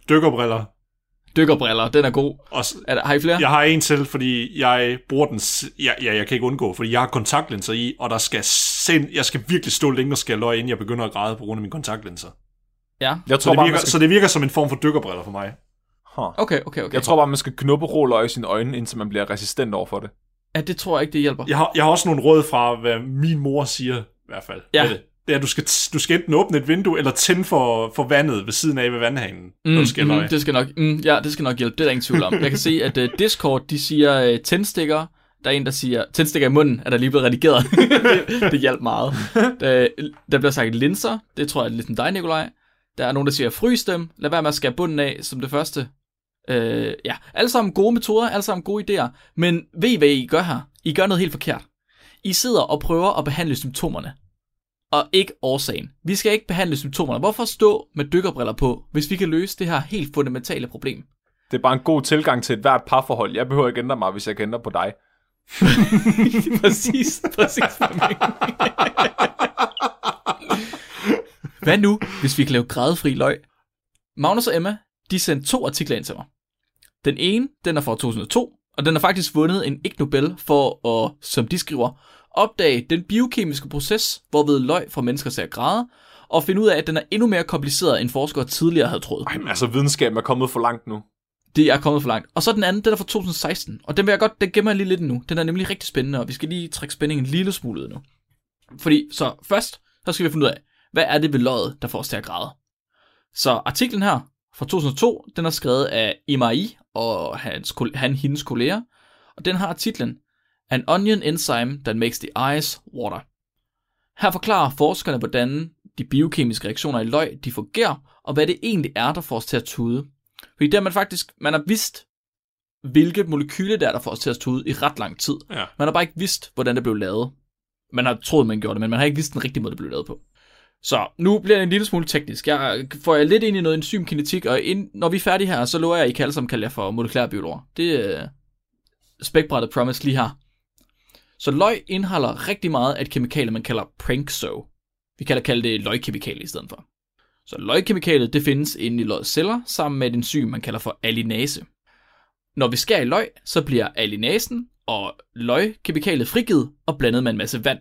Dykkerbriller, den er god. Har I flere? Jeg har en til, fordi jeg bruger den... Jeg kan ikke undgå, fordi jeg har kontaktlinser i, og jeg skal virkelig stå længe og skære løg, inden jeg begynder at græde på grund af mine kontaktlinser. Ja. Så det virker som en form for dykkerbriller for mig. Okay. Jeg tror bare, man skal knuppe råløg i sine øjne, indtil man bliver resistent over for det. Ja, det tror jeg ikke, det hjælper. Jeg har også nogle råd fra, hvad min mor siger, i hvert fald. Ja. Det er, at du skal enten åbne et vindue, eller tænde for vandet ved siden af ved vandhanen, når du skærer løg. Det skal nok hjælpe, det er der ingen tvivl om. Jeg kan se, at Discord, de siger tændstikker. Der er en, der siger, tændstikker i munden, er der lige blevet redigeret. det hjalp meget. Der bliver sagt linser, det tror jeg er lidt som dig, Nikolaj. Der er nogen, der siger, frys dem, lad være med at skære bunden af som det første. Alle sammen gode metoder, alle sammen gode idéer. Men ved I, hvad I gør her? I gør noget helt forkert. I sidder og prøver at behandle symptomerne, og ikke årsagen. Vi skal ikke behandle symptomerne. Hvorfor stå med dykkerbriller på, hvis vi kan løse det her helt fundamentale problem? Det er bare en god tilgang til et hvert parforhold. Jeg behøver ikke ændre mig, hvis jeg kan ændre på dig. præcis. Hvad nu, hvis vi kan lave grædefri løg? Magnus og Emma, de sendte 2 artikler ind til mig. Den ene, den er fra 2002, Og den har faktisk vundet en Ig Nobel for at, som de skriver, opdage den biokemiske proces, hvorved løg får mennesker til at græde, og finde ud af, at den er endnu mere kompliceret, end forskere tidligere havde troet. Ej, men altså videnskaben er kommet for langt nu. Det er kommet for langt. Og så den anden, den er fra 2016, og den gemmer jeg lige lidt nu. Den er nemlig rigtig spændende, og vi skal lige trække spændingen en lille smule ud nu. Fordi så først, så skal vi finde ud af, hvad er det ved løget, der får os til at græde? Så artiklen her fra 2002, den er skrevet af Imai og hendes kolleger, og den har titlen An Onion Enzyme That Makes the Eyes Water. Her forklarer forskerne, hvordan de biokemiske reaktioner i løg, de fungerer, og hvad det egentlig er, der får os til at tude. Fordi der man har vidst, hvilket molekyle der får os til at tude i ret lang tid. Ja. Man har bare ikke vidst, hvordan det blev lavet. Man har troet, man gjorde det, men man har ikke vidst den rigtige måde, det blev lavet på. Så nu bliver det en lille smule teknisk. Jeg får lidt ind i noget enzymkinetik, og når vi er færdige her, så lover jeg, at I kan alle sammen kalde jer for molekylærbiologer. Det er spækbrættet promise lige her. Så løg indeholder rigtig meget af et kemikalie, man kalder prankso. Vi kan kalde det løgkemikalie i stedet for. Så løgkemikaliet, det findes inde i løgets celler, sammen med et enzym, man kalder for allinase. Når vi skærer i løg, så bliver allinasen og løgkemikaliet frigivet og blandet med en masse vand.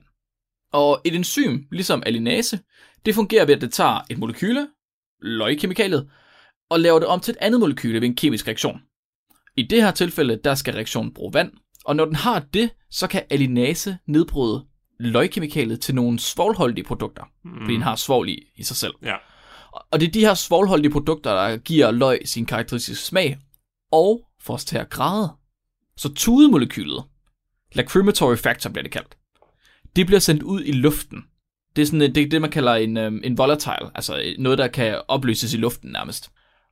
Og et enzym, ligesom allinase, det fungerer ved, at det tager et molekyle, løgkemikaliet, og laver det om til et andet molekyle ved en kemisk reaktion. I det her tilfælde, der skal reaktionen bruge vand, og når den har det, så kan allinase nedbryde løgkemikaliet til nogle svovlholdige produkter, fordi den har svovl i sig selv. Ja. Og det er de her svovlholdige produkter, der giver løg sin karakteristiske smag, og får os til at græde. Så tudemolekylet, lacrimatory factor bliver det kaldt, det bliver sendt ud i luften. Det er sådan det man kalder en volatile, altså noget, der kan opløses i luften nærmest.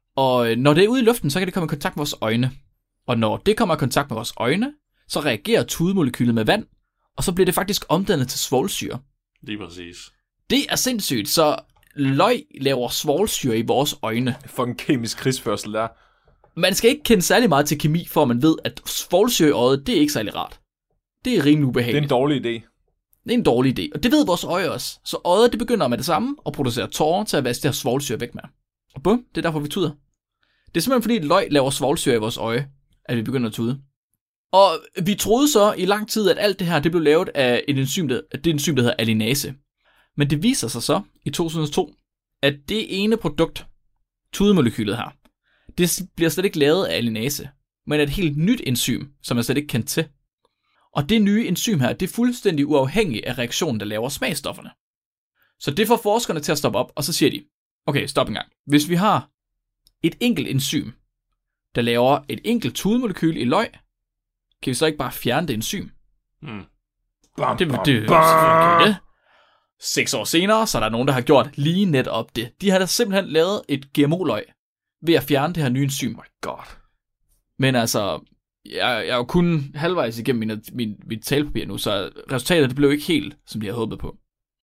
Og når det er ude i luften, så kan det komme i kontakt med vores øjne. Og når det kommer i kontakt med vores øjne, så reagerer tudemolekylet med vand, og så bliver det faktisk omdannet til svovlsyre. Lige præcis. Det er sindssygt, så løg laver svovlsyre i vores øjne. For en kemisk krigsførsel der. Man skal ikke kende særlig meget til kemi, for man ved, at svovlsyre i øjet, det er ikke særlig rart. Det er rimelig ubehageligt. Det er en dårlig idé. Det er en dårlig idé, og det ved vores øje også. Så øjet, det begynder med det samme og producerer tårer til at vaske det her svovlsyre væk med. Og bum, det er derfor, vi tuder. Det er simpelthen fordi, løg laver svovlsyre i vores øje, at vi begynder at tude. Og vi troede så i lang tid, at alt det her, det blev lavet af det enzym, der hedder allinase. Men det viser sig så i 2002, at det ene produkt, tudemolekylet her, det bliver slet ikke lavet af allinase, men et helt nyt enzym, som man slet ikke kendt til. Og det nye enzym her, det er fuldstændig uafhængigt af reaktionen, der laver smagstofferne. Så det får forskerne til at stoppe op, og så siger de, okay, stop en gang. Hvis vi har et enkelt enzym, der laver et enkelt tudemolekyl i løg, kan vi så ikke bare fjerne det enzym? Det. 6 år senere, så er der nogen, der har gjort lige netop det. De har da simpelthen lavet et GMO-løg ved at fjerne det her nye enzym. My god. Men altså, jeg er jo kun halvvejs igennem mit talepapir nu, så resultatet det blev ikke helt, som de havde håbet på.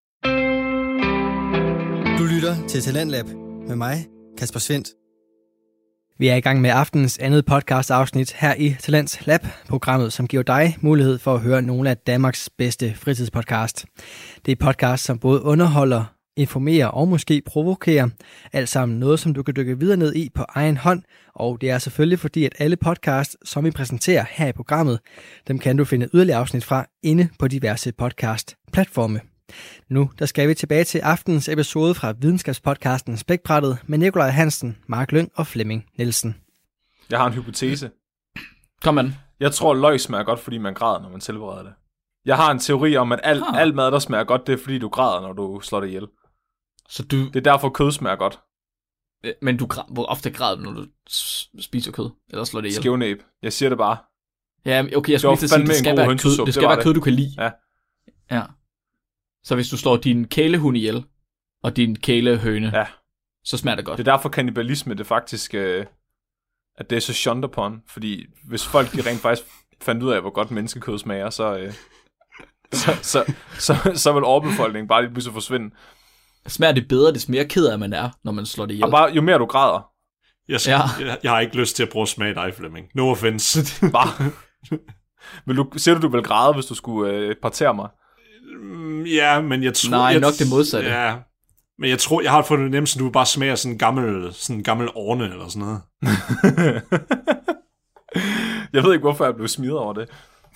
Du lytter til Talentlab med mig, Kasper Svendt. Vi er i gang med aftenens andet podcast-afsnit her i Talents Lab, programmet, som giver dig mulighed for at høre nogle af Danmarks bedste fritidspodcast. Det er podcast, som både underholder, informerer og måske provokerer. Alt sammen noget, som du kan dykke videre ned i på egen hånd. Og det er selvfølgelig fordi, at alle podcasts, som vi præsenterer her i programmet, dem kan du finde yderligere afsnit fra inde på diverse podcast-platforme. Nu der skal vi tilbage til aftenens episode fra videnskabspodcasten Spækbrættet med Nikolaj Hansen, Mark Lyng og Flemming Nielsen. Jeg har en hypotese. Kom an. Jeg tror, løg smager godt, fordi man græder, når man tilbereder det. Jeg har en teori om, at alt mad, der smager godt, det er fordi, du græder, når du slår det ihjel. Så du... Det er derfor, kød smager godt. Men hvor ofte græder du, når du spiser kød? Eller slår det ihjel? Skævnæb. Jeg siger det bare. Ja, okay, jeg skulle lige til at sige, det skal være kød. Det skal være kød, du kan lide. Ja. Så hvis du slår din kælehund ihjel, og din kælehøne, så smager det godt. Det er derfor kannibalisme, det faktisk, at det er så shunned upon. Fordi hvis folk de rent faktisk fandt ud af, hvor godt menneskekød smager, så vil overbefolkningen bare lige pludselig forsvinde. Smager det bedre, des mere ked af man er, når man slår det ihjel. Og bare jo mere du græder. Jeg har ikke lyst til at prøve at smage dig, Flemming. No offense. Bare. Siger du vil græde, hvis du skulle partere mig? Ja, men jeg tror... Nej, nok det modsatte. Ja, men jeg har fået det nemt, så du bare smager sådan en gammel orne eller sådan noget. Jeg ved ikke, hvorfor jeg blev smidt over det.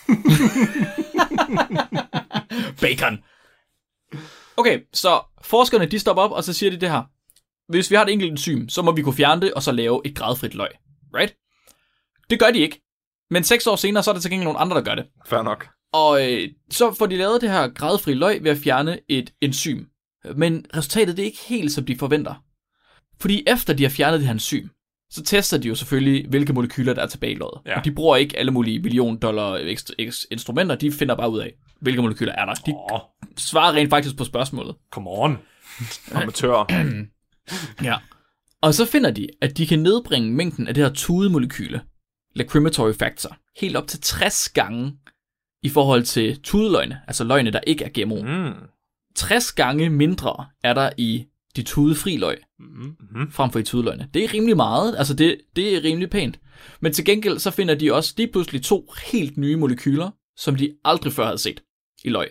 Bacon. Okay, så forskerne de stopper op, og så siger de det her. Hvis vi har et enkelt enzym, så må vi kunne fjerne det, og så lave et gradfrit løg. Right? Det gør de ikke. Men 6 år senere, så er der til gengæld nogle andre, der gør det. Fair nok. Og så får de lavet det her gradfri løg ved at fjerne et enzym. Men resultatet det er ikke helt, som de forventer. Fordi efter de har fjernet det her enzym, så tester de jo selvfølgelig, hvilke molekyler, der er tilbage i løget. Ja. Og de bruger ikke alle mulige $1 million instrumenter, de finder bare ud af, hvilke molekyler er der. De svarer rent faktisk på spørgsmålet. Come on. Amatører. Ja. Og så finder de, at de kan nedbringe mængden af det her tudemolekyle, lacrimatory factor, helt op til 60 gange i forhold til tudeløgne, altså løgne, der ikke er GMO. 60 gange mindre er der i de tudefri løg, frem for i tudeløgne. Det er rimelig meget, altså det er rimelig pænt. Men til gengæld så finder de også lige pludselig 2 helt nye molekyler, som de aldrig før havde set i løg.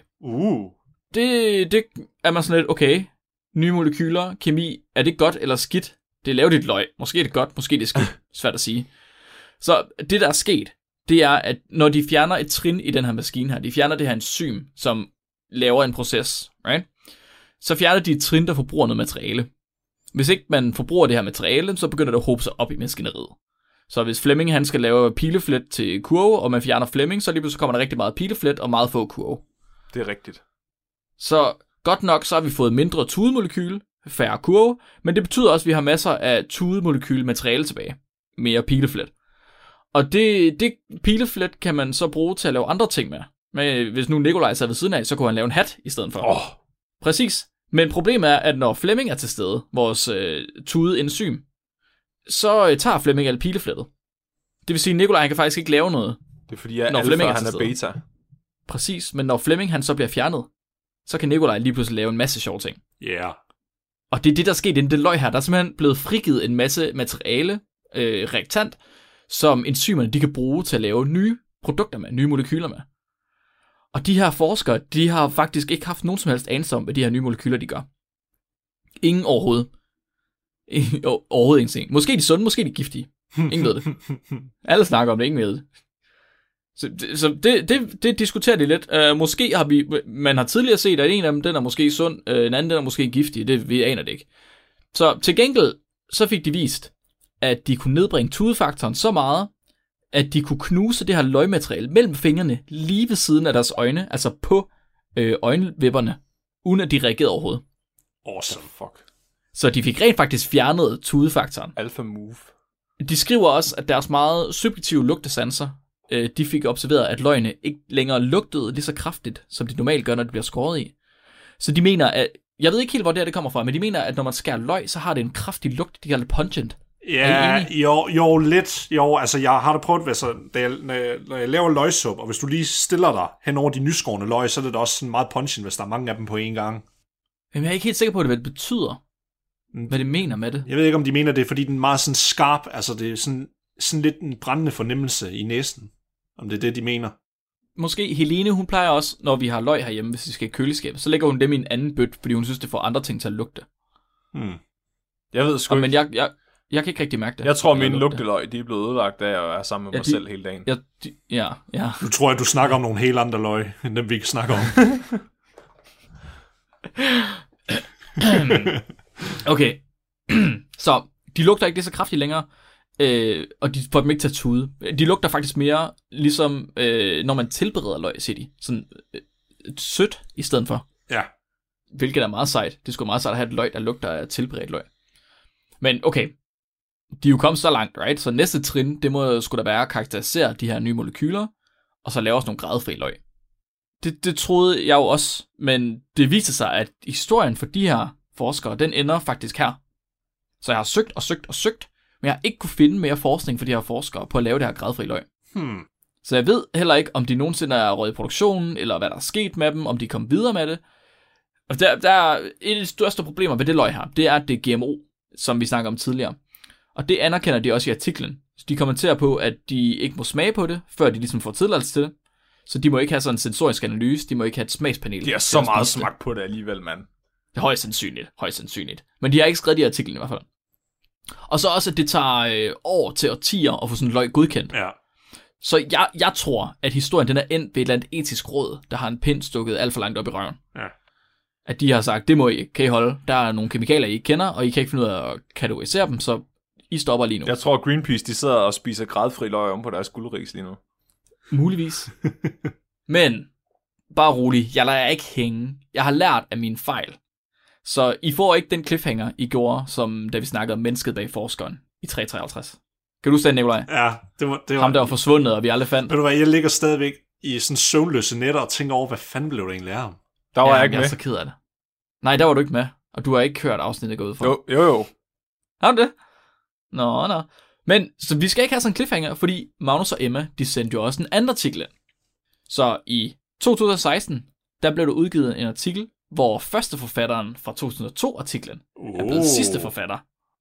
Det er man sådan lidt, okay, nye molekyler, kemi, er det godt eller skidt? Det er lavet i et løg. Måske er det godt, måske er det skidt. Svært at sige. Så det, der er sket, det er, at når de fjerner et trin i den her maskine her, de fjerner det her enzym, som laver en proces, right? Så fjerner de et trin, der forbruger noget materiale. Hvis ikke man forbruger det her materiale, så begynder det at hobe sig op i maskineriet. Så hvis Fleming han skal lave pileflet til kurve, og man fjerner Fleming, så lige pludselig kommer der rigtig meget pileflet og meget få kurve. Det er rigtigt. Så godt nok, så har vi fået mindre tudemolekyl, færre kurve, men det betyder også, at vi har masser af tudemolekyl materiale tilbage. Mere pileflet. Og det pileflet kan man så bruge til at lave andre ting med. Men hvis nu Nikolaj sad ved siden af, så kunne han lave en hat i stedet for. Præcis. Men problemet er, at når Fleming er til stede, vores tudeenzym, så tager Fleming alt pileflettet. Det vil sige, at Nikolaj han kan faktisk ikke lave noget. Det er fordi, at alfa han er beta. Præcis, men når Fleming han så bliver fjernet, så kan Nikolaj lige pludselig lave en masse sjove ting. Ja. Yeah. Og det er det, der skete inden det løg her. Der er simpelthen blevet frigivet en masse materiale, reaktant, som enzymerne de kan bruge til at lave nye produkter med, nye molekyler med. Og de her forskere, de har faktisk ikke haft nogen som helst anelse om, hvad de her nye molekyler, de gør. Ingen overhovedet. Overhovedet ingenting. Måske er de sunde, måske er de giftige. Ingen ved det. Alle snakker om det, ingen ved det. Så det diskuterer de lidt. Måske har man har tidligere set, at en af dem, den er måske sund, en anden, den er måske giftig. Vi aner det ikke. Så til gengæld, så fik de vist, at de kunne nedbringe tudefaktoren så meget, at de kunne knuse det her løgmateriale mellem fingrene lige ved siden af deres øjne, altså på øjenvipperne, uden at de reagerede overhovedet. Awesome. Fuck. Så de fik rent faktisk fjernet tudefaktoren. Alpha move. De skriver også, at deres meget subjektive lugtesanser, de fik observeret, at løgene ikke længere lugtede lige så kraftigt, som de normalt gør, når det bliver skåret i. Så de mener, at jeg ved ikke helt, hvor det kommer fra, men de mener, at når man skærer løg, så har det en kraftig lugt, de kalder det pungent. Ja, jo, lidt. Jo, altså jeg har da prøvet, når jeg laver løgsuppe, og hvis du lige stiller dig hen over de nyskårne løg, så er det da også sådan meget pungent, hvis der er mange af dem på én gang. Men jeg er ikke helt sikker på, hvad det betyder. Hvad det mener med det. Jeg ved ikke, om de mener det, fordi den er meget sådan skarp, altså det er sådan lidt en brændende fornemmelse i næsen. Om det er det, de mener. Måske Helene, hun plejer også, når vi har løg herhjemme, hvis vi skal i køleskabet, så lægger hun dem i en anden bøtte, fordi hun synes, det får andre ting til at lugte. Jeg ved sgu ikke. Men jeg kan ikke rigtig mærke det. Jeg tror, mine lugteløg, de er blevet ødelagt af at være sammen med mig selv hele dagen. Ja. Nu tror jeg, du snakker om nogle helt andre løg, end dem vi kan snakke om. Okay. Så, de lugter ikke det så kraftigt længere, og de får dem ikke til at tude. De lugter faktisk mere, ligesom når man tilbereder løg, siger de. Sådan sødt i stedet for. Ja. Hvilket er meget sejt. Det er sgu meget sejt at have et løg, der lugter af tilberedt løg. Men okay, de er jo kommet så langt, right? Så næste trin, det må sgu da være at karakterisere de her nye molekyler, og så lave også nogle gradfri løg. Det troede jeg jo også, men det viste sig, at historien for de her forskere, den ender faktisk her. Så jeg har søgt, men jeg har ikke kunne finde mere forskning for de her forskere på at lave det her gradfri løg. Så jeg ved heller ikke, om de nogensinde er røget i produktionen, eller hvad der er sket med dem, om de kom videre med det. Og der er et af de største problemer ved det løg her, det er, at det er GMO, som vi snakker om tidligere. Og det anerkender de også i artiklen. Så de kommenterer på, at de ikke må smage på det, før de ligesom får tilladelse til det. Så de må ikke have sådan en sensorisk analyse, de må ikke have et smagspanel. De har så meget smagt på det alligevel, mand. Det er højst sandsynligt. Men de har ikke skrevet i artiklen i hvert fald. Og så også, at det tager år til årtier at få sådan en løg godkendt. Ja. Så jeg tror, at historien den er endt ved et eller andet etisk råd, der har en pind stukket alt for langt op i røven. Ja. At de har sagt, det må I kan I holde. Der er nogle kemikalier, I ikke kender, og I kan ikke finde ud af at kategorisere dem, så I stopper lige nu. Jeg tror, Greenpeace de sidder og spiser gradfri løg om på deres guldris lige nu. Muligvis. Men, bare rolig, jeg lader jer ikke hænge. Jeg har lært af mine fejl. Så I får ikke den cliffhanger, I gjorde, som da vi snakkede om mennesket bag forskeren i 353. Kan du huske den, Nikolaj? Ja, det var... Ham, der var forsvundet, og vi aldrig fandt. Ved du hvad, jeg ligger stadigvæk i sådan søvnløse nætter og tænker over, hvad fanden blev det egentlig af ham? Der var jeg ikke jeg med. er så ked af det. Nej, der var du ikke med. Og du har ikke hørt afsnittet gå ud for. Jo. Har du det? Nå. Men, så vi skal ikke have sådan en cliffhanger, fordi Magnus og Emma, de sendte jo også en anden artikel ind. Så i 2016, der blev der udgivet en artikel, hvor første forfatteren fra 2002-artiklen er blevet sidste forfatter.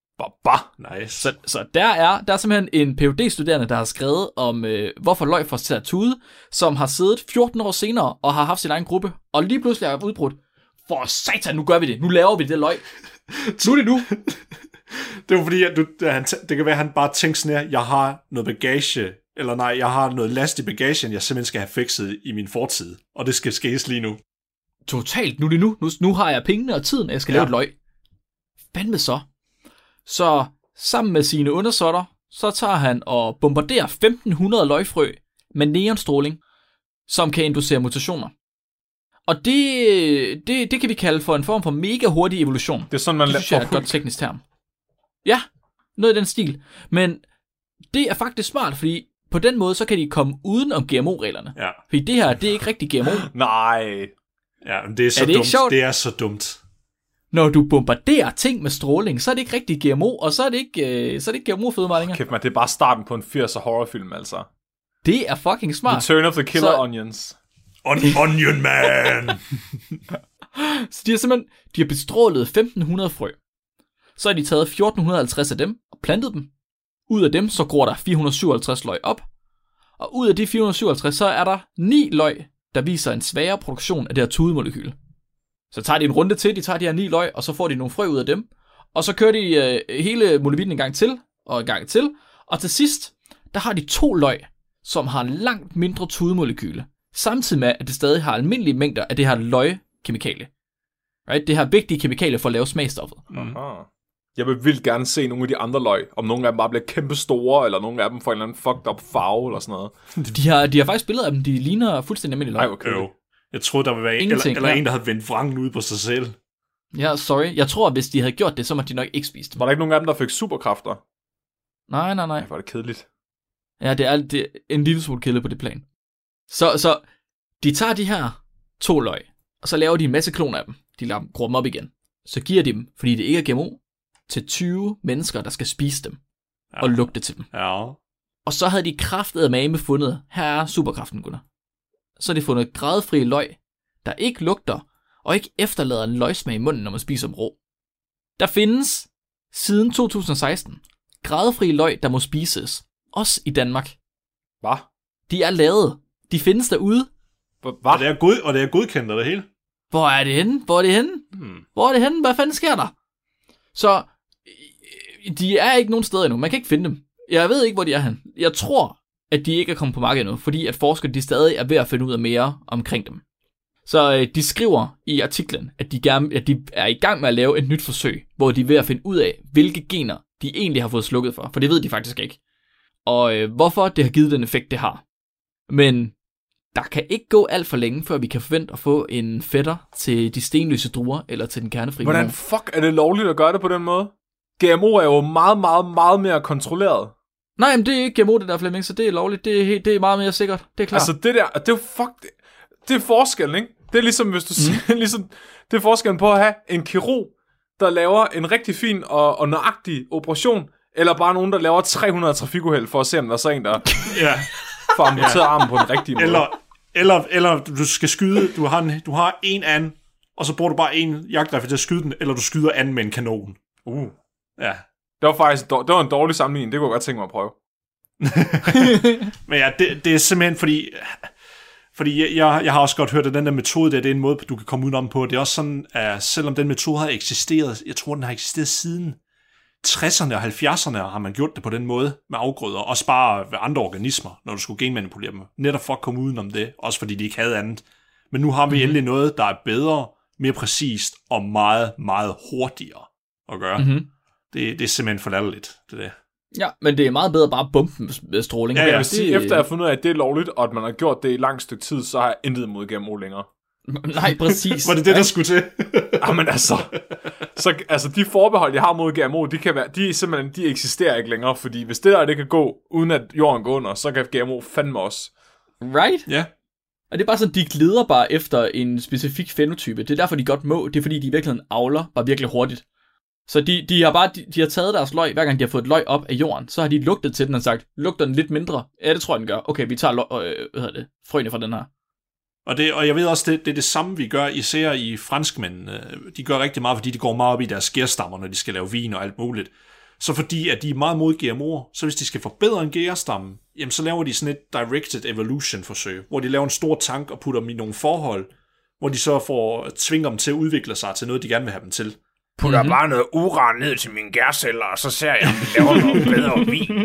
Nice. Så der er simpelthen en Ph.D.-studerende, der har skrevet om, hvorfor løg får til at tude, som har siddet 14 år senere og har haft sin egen gruppe, og lige pludselig er udbrudt, for satan, nu gør vi det, nu laver vi det løg. Nu er det nu. Det var fordi, at det kan være, at han bare tænker sådan her, jeg har noget bagage, eller nej, jeg har noget last i bagagen, jeg simpelthen skal have fikset i min fortid, og det skal skes lige nu. Totalt, nu er det nu har jeg pengene og tiden, og jeg skal lave et løg. Fandme så. Så sammen med sine undersåtter, så tager han og bombarderer 1500 løgfrø med neonstråling, som kan inducere mutationer. Og det kan vi kalde for en form for mega hurtig evolution. Det er sådan, man det synes jeg er et godt teknisk term. Ja, noget i den stil. Men det er faktisk smart, fordi på den måde, så kan de komme uden om GMO-reglerne. Ja. Fordi det her, det er ikke rigtig GMO. Nej. Ja, men det er så det dumt. Det er så dumt. Når du bombarderer ting med stråling, så er det ikke rigtig GMO, og så er det ikke GMO-fødevarer længere. Kæft, man, det er bare starten på en 80'er horrorfilm, altså. Det er fucking smart. Return of the Killer Onions. Onion Man! Så de har bestrålet 1500 frø. Så har de taget 1450 af dem og plantet dem. Ud af dem, så går der 457 løg op. Og ud af de 457, så er der 9 løg, der viser en svagere produktion af det her tudemolekyle. Så tager de en runde til, de tager de her 9 løg, og så får de nogle frø ud af dem. Og så kører de hele molevitten en gang til, og en gang til. Og til sidst, der har de 2 løg, som har langt mindre tudemolekyle. Samtidig med, at det stadig har almindelige mængder af det her løgkemikalie. Right? Det her vigtige kemikalie for at lave smagstoffet. Jeg vil vildt gerne se nogle af de andre løg, om nogle af dem bare bliver kæmpe store, eller nogle af dem får en eller anden fucked up farve, eller sådan noget. De har faktisk billeder af dem, de ligner fuldstændig almindelige løg. Nej, okay. Jo. Jeg troede, der ville være en, der havde vendt vrangen ud på sig selv. Ja, sorry. Jeg tror, at hvis de havde gjort det, så måtte de nok ikke spise dem. Var der ikke nogen af dem, der fik superkræfter? Nej. Ja, var det kedeligt. Ja, det er en lille smule kedeligt på det plan. Så de tager de her 2 løg, og så laver de en masse kloner af dem. De lader dem grå dem op igen. Så giver de dem, fordi det ikke er GMO, til 20 mennesker, der skal spise dem. Og lugte til dem. Ja. Og så havde de kraftedeme fundet, her er superkraften, Gunnar. Så har de fundet gradfri løg, der ikke lugter, og ikke efterlader en løgsmag i munden, når man spiser dem rå. Der findes, siden 2016, gradfri løg, der må spises. Også i Danmark. Hvad? De er lavet. De findes derude. Og det er godkendt af det hele. Hvor er det henne? Hvor er det henne? Hvad fanden sker der? Så de er ikke nogen steder endnu. Man kan ikke finde dem. Jeg ved ikke, hvor de er hen. Jeg tror, at de ikke er kommet på markedet endnu, fordi at forskere de stadig er ved at finde ud af mere omkring dem. Så de skriver i artiklen, at de er i gang med at lave et nyt forsøg, hvor de er ved at finde ud af, hvilke gener de egentlig har fået slukket for. For det ved de faktisk ikke. Og hvorfor det har givet den effekt, det har. Men der kan ikke gå alt for længe, før vi kan forvente at få en fætter til de stenløse druer, eller til den kernefri Hvordan fuck er det lovligt at gøre det på den måde? GMO er jo meget, meget, meget mere kontrolleret. Nej, men det er ikke GMO, det der, Flemming, så det er lovligt. Det er meget mere sikkert. Det er klart. Altså det der, det er jo det er forskellen, ikke? Det er ligesom, hvis du siger, ligesom, det er forskellen på at have en kirurg, der laver en rigtig fin og nøjagtig operation, eller bare nogen, der laver 300 trafikuheld for at se, om der er så en, der får amputeret armen på den rigtige måde. Eller du skal skyde, du har en and, og så bruger du bare en jagtrifle til at skyde den, eller du skyder anden med en kanon. Ja. Det var en dårlig sammenligning, det kunne jeg godt tænke mig at prøve. Men ja, det er simpelthen fordi jeg har også godt hørt, at den der metode der, det er en måde, du kan komme udenom på. Det er også sådan, at selvom den metode har eksisteret, jeg tror, den har eksisteret siden 60'erne og 70'erne har man gjort det på den måde med afgrøder, også bare ved andre organismer, når du skulle genmanipulere dem. Netop for at komme udenom det, også fordi de ikke havde andet. Men nu har vi endelig noget, der er bedre, mere præcist og meget, meget hurtigere at gøre. Mm-hmm. Det er simpelthen for latterligt, det. Ja, men det er meget bedre bare at bombe med stråling. Ja, Jeg vil sige, efter jeg har fundet ud af, at det er lovligt, og at man har gjort det i lang stykke tid, så har jeg intet imod GMO længere. Nej, præcis. Var det det, der skulle til? Jamen altså, de forbehold, jeg har mod GMO, de eksisterer ikke længere, fordi hvis det der, det kan gå, uden at jorden går under, så kan GMO fandme også. Right? Ja. Og det er bare sådan, de glider bare efter en specifik fenotype. Det er derfor, de godt må. Det er fordi, de i virkeligheden avler bare virkelig hurtigt. Så de har taget deres løg, hver gang de har fået et løg op af jorden, så har de lugtet til den og sagt, lugter den lidt mindre? Ja, det tror jeg, den gør. Okay, vi tager frøene fra den her. Og jeg ved også, det er det samme, vi gør, især i franskmændene. De gør rigtig meget, fordi de går meget op i deres gærstammer, når de skal lave vin og alt muligt. Så fordi, at de er meget mod GMO'er, så hvis de skal forbedre en gærstamme, jamen så laver de sådan et directed evolution-forsøg, hvor de laver en stor tank og putter dem i nogle forhold, hvor de så tvinger dem til at udvikle sig til noget, de gerne vil have dem til. Putter bare noget uran ned til mine gærceller, og så ser jeg, om de laver noget bedre vin.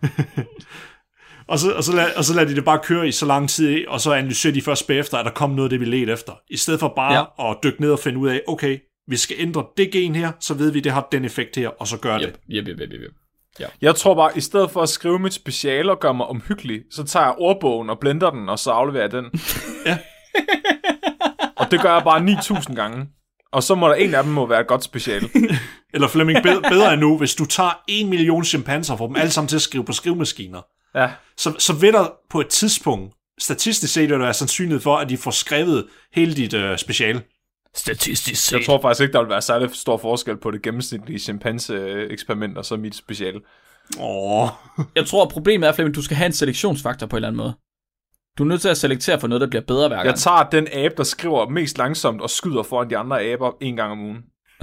Og så lader de det bare køre i så lang tid, og så analyserer de først bagefter, at der kom noget af det, vi ledte efter. I stedet for bare at dykke ned og finde ud af, okay, vi skal ændre det gen her, så ved vi, det har den effekt her, og så gør det. Yep. Ja. Jeg tror bare, i stedet for at skrive mit speciale og gøre mig omhyggelig, så tager jeg ordbogen og blender den, og så afleverer jeg den. Ja. Og det gør jeg bare 9.000 gange. Og så må der en af dem være et godt speciale. Eller Flemming, bedre endnu, hvis du tager 1 million chimpanser og får dem alle sammen til at skrive på skrivemaskiner, ja. så vil der på et tidspunkt, statistisk set, der er sandsynlighed for, at de får skrevet hele dit speciale. Statistisk set. Jeg tror faktisk ikke, der vil være særlig stor forskel på det gennemsnitlige chimpanse-eksperiment og så mit speciale. Jeg tror, problemet er, Flemming, du skal have en selektionsfaktor på en eller anden måde. Du er nødt til at selektere for noget, der bliver bedre hver gang. Jeg tager den abe, der skriver mest langsomt og skyder foran de andre aber 1 gang om ugen.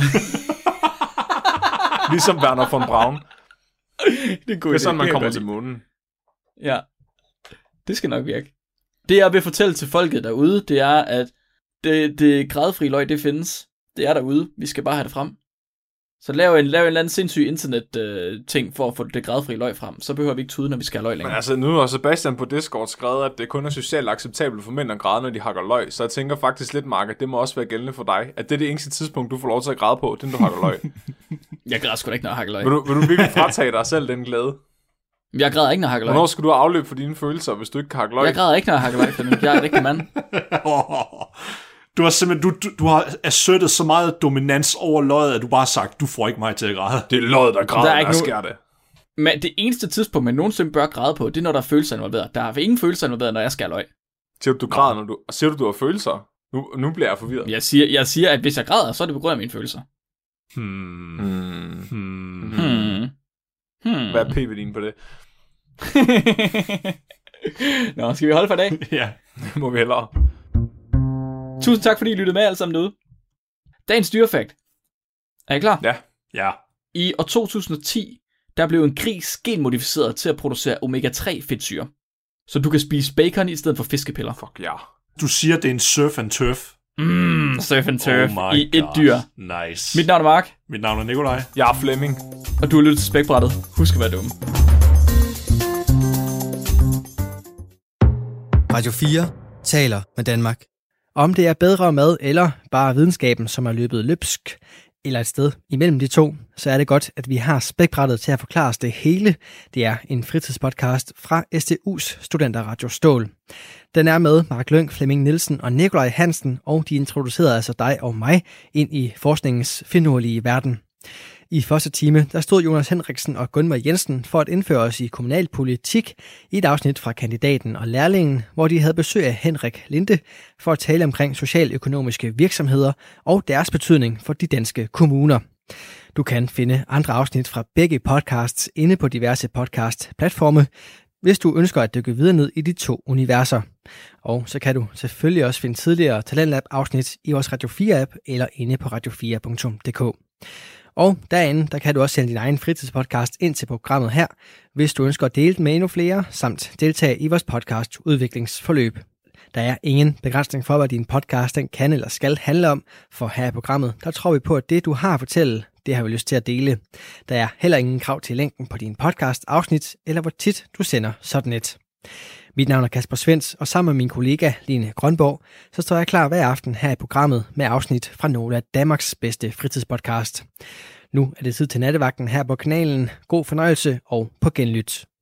Ligesom Werner von Braun. Det er sådan, man kommer til månen. Ja, det skal nok virke. Det jeg vil fortælle til folket derude, det er, at det gradfri løg, det findes. Det er derude. Vi skal bare have det frem. Så lav en eller anden sindssyg internet-ting for at få det gradfri løg frem. Så behøver vi ikke tude, når vi skal have løg længere. Men altså, nu har Sebastian på Discord skrevet, at det kun er socialt acceptabelt for mænd at græde, når de hakker løg. Så jeg tænker faktisk lidt, Mark, at det må også være gældende for dig. At det er det eneste tidspunkt, du får lov til at græde på, den du hakker løg. Jeg græder sgu da ikke, når jeg hakker løg. Vil du virkelig fratage dig selv den glæde? Jeg græder ikke, når jeg hakker løg. Hvornår skal du have afløb for dine følelser, hvis du ikke kan hakke løg? Jeg græder ikke, når jeg hakker løg, for jeg er en rigtig mand. Du har simpelthen, du har assertet så meget dominans over løget, at du bare har sagt, du får ikke mig til at græde. Det er løget, der græder, når jeg skærer det. Men det eneste tidspunkt, man nogensinde bør græde på, det er, når der er følelser involveret. Der er ingen følelser involveret, når jeg skærer løg. Siger du græder, når du... Siger du har følelser? Nu bliver jeg forvirret. Jeg siger, at hvis jeg græder, så er det på grund af mine følelser. Hvad er p-værdien på det? Nå, skal vi holde for i dag? Ja, det må vi hellere. Tusind tak, fordi I lyttede med alle sammen derude. Dagens dyrefakt. Er I klar? Ja. I år 2010, der blev en gris genmodificeret til at producere omega-3 fedtsyre. Så du kan spise bacon i stedet for fiskepiller. Fuck ja. Du siger, det er en surf and turf. Surf and turf i et God. dyr. Nice. Mit navn er Mark. Mit navn er Nikolaj. Jeg er Flemming. Og du har lyttet til Spækbrættet. Husk at være dumme. Radio 4 taler med Danmark. Om det er bedre mad eller bare videnskaben, som er løbet løbsk, eller et sted imellem de to, så er det godt, at vi har Spækbrættet til at forklare os det hele. Det er en fritidspodcast fra SDU's Studenterradio Stål. Den er med Mark Lyng, Flemming Nielsen og Nikolaj Hansen, og de introducerede altså dig og mig ind i forskningens finurlige verden. I første time, der stod Jonas Henriksen og Gunvar Jensen for at indføre os i kommunalpolitik i et afsnit fra Kandidaten og Lærlingen, hvor de havde besøg af Henrik Linde for at tale omkring socialøkonomiske virksomheder og deres betydning for de danske kommuner. Du kan finde andre afsnit fra begge podcasts inde på diverse podcast-platforme, hvis du ønsker at dykke videre ned i de to universer. Og så kan du selvfølgelig også finde tidligere Talentlab-afsnit i vores Radio 4-app eller inde på radio4.dk. Og derinde, der kan du også sende din egen fritidspodcast ind til programmet her, hvis du ønsker at dele den med endnu flere, samt deltage i vores podcast udviklingsforløb. Der er ingen begrænsning for, hvad din podcast den kan eller skal handle om, for her i programmet, der tror vi på, at det du har at fortælle, det har vi lyst til at dele. Der er heller ingen krav til længden på din podcast-afsnit, eller hvor tit du sender sådan et. Mit navn er Kasper Svens, og sammen med min kollega Line Grønborg, så står jeg klar hver aften her i programmet med afsnit fra nogle af Danmarks bedste fritidspodcast. Nu er det tid til nattevagten her på kanalen. God fornøjelse og på genlyt.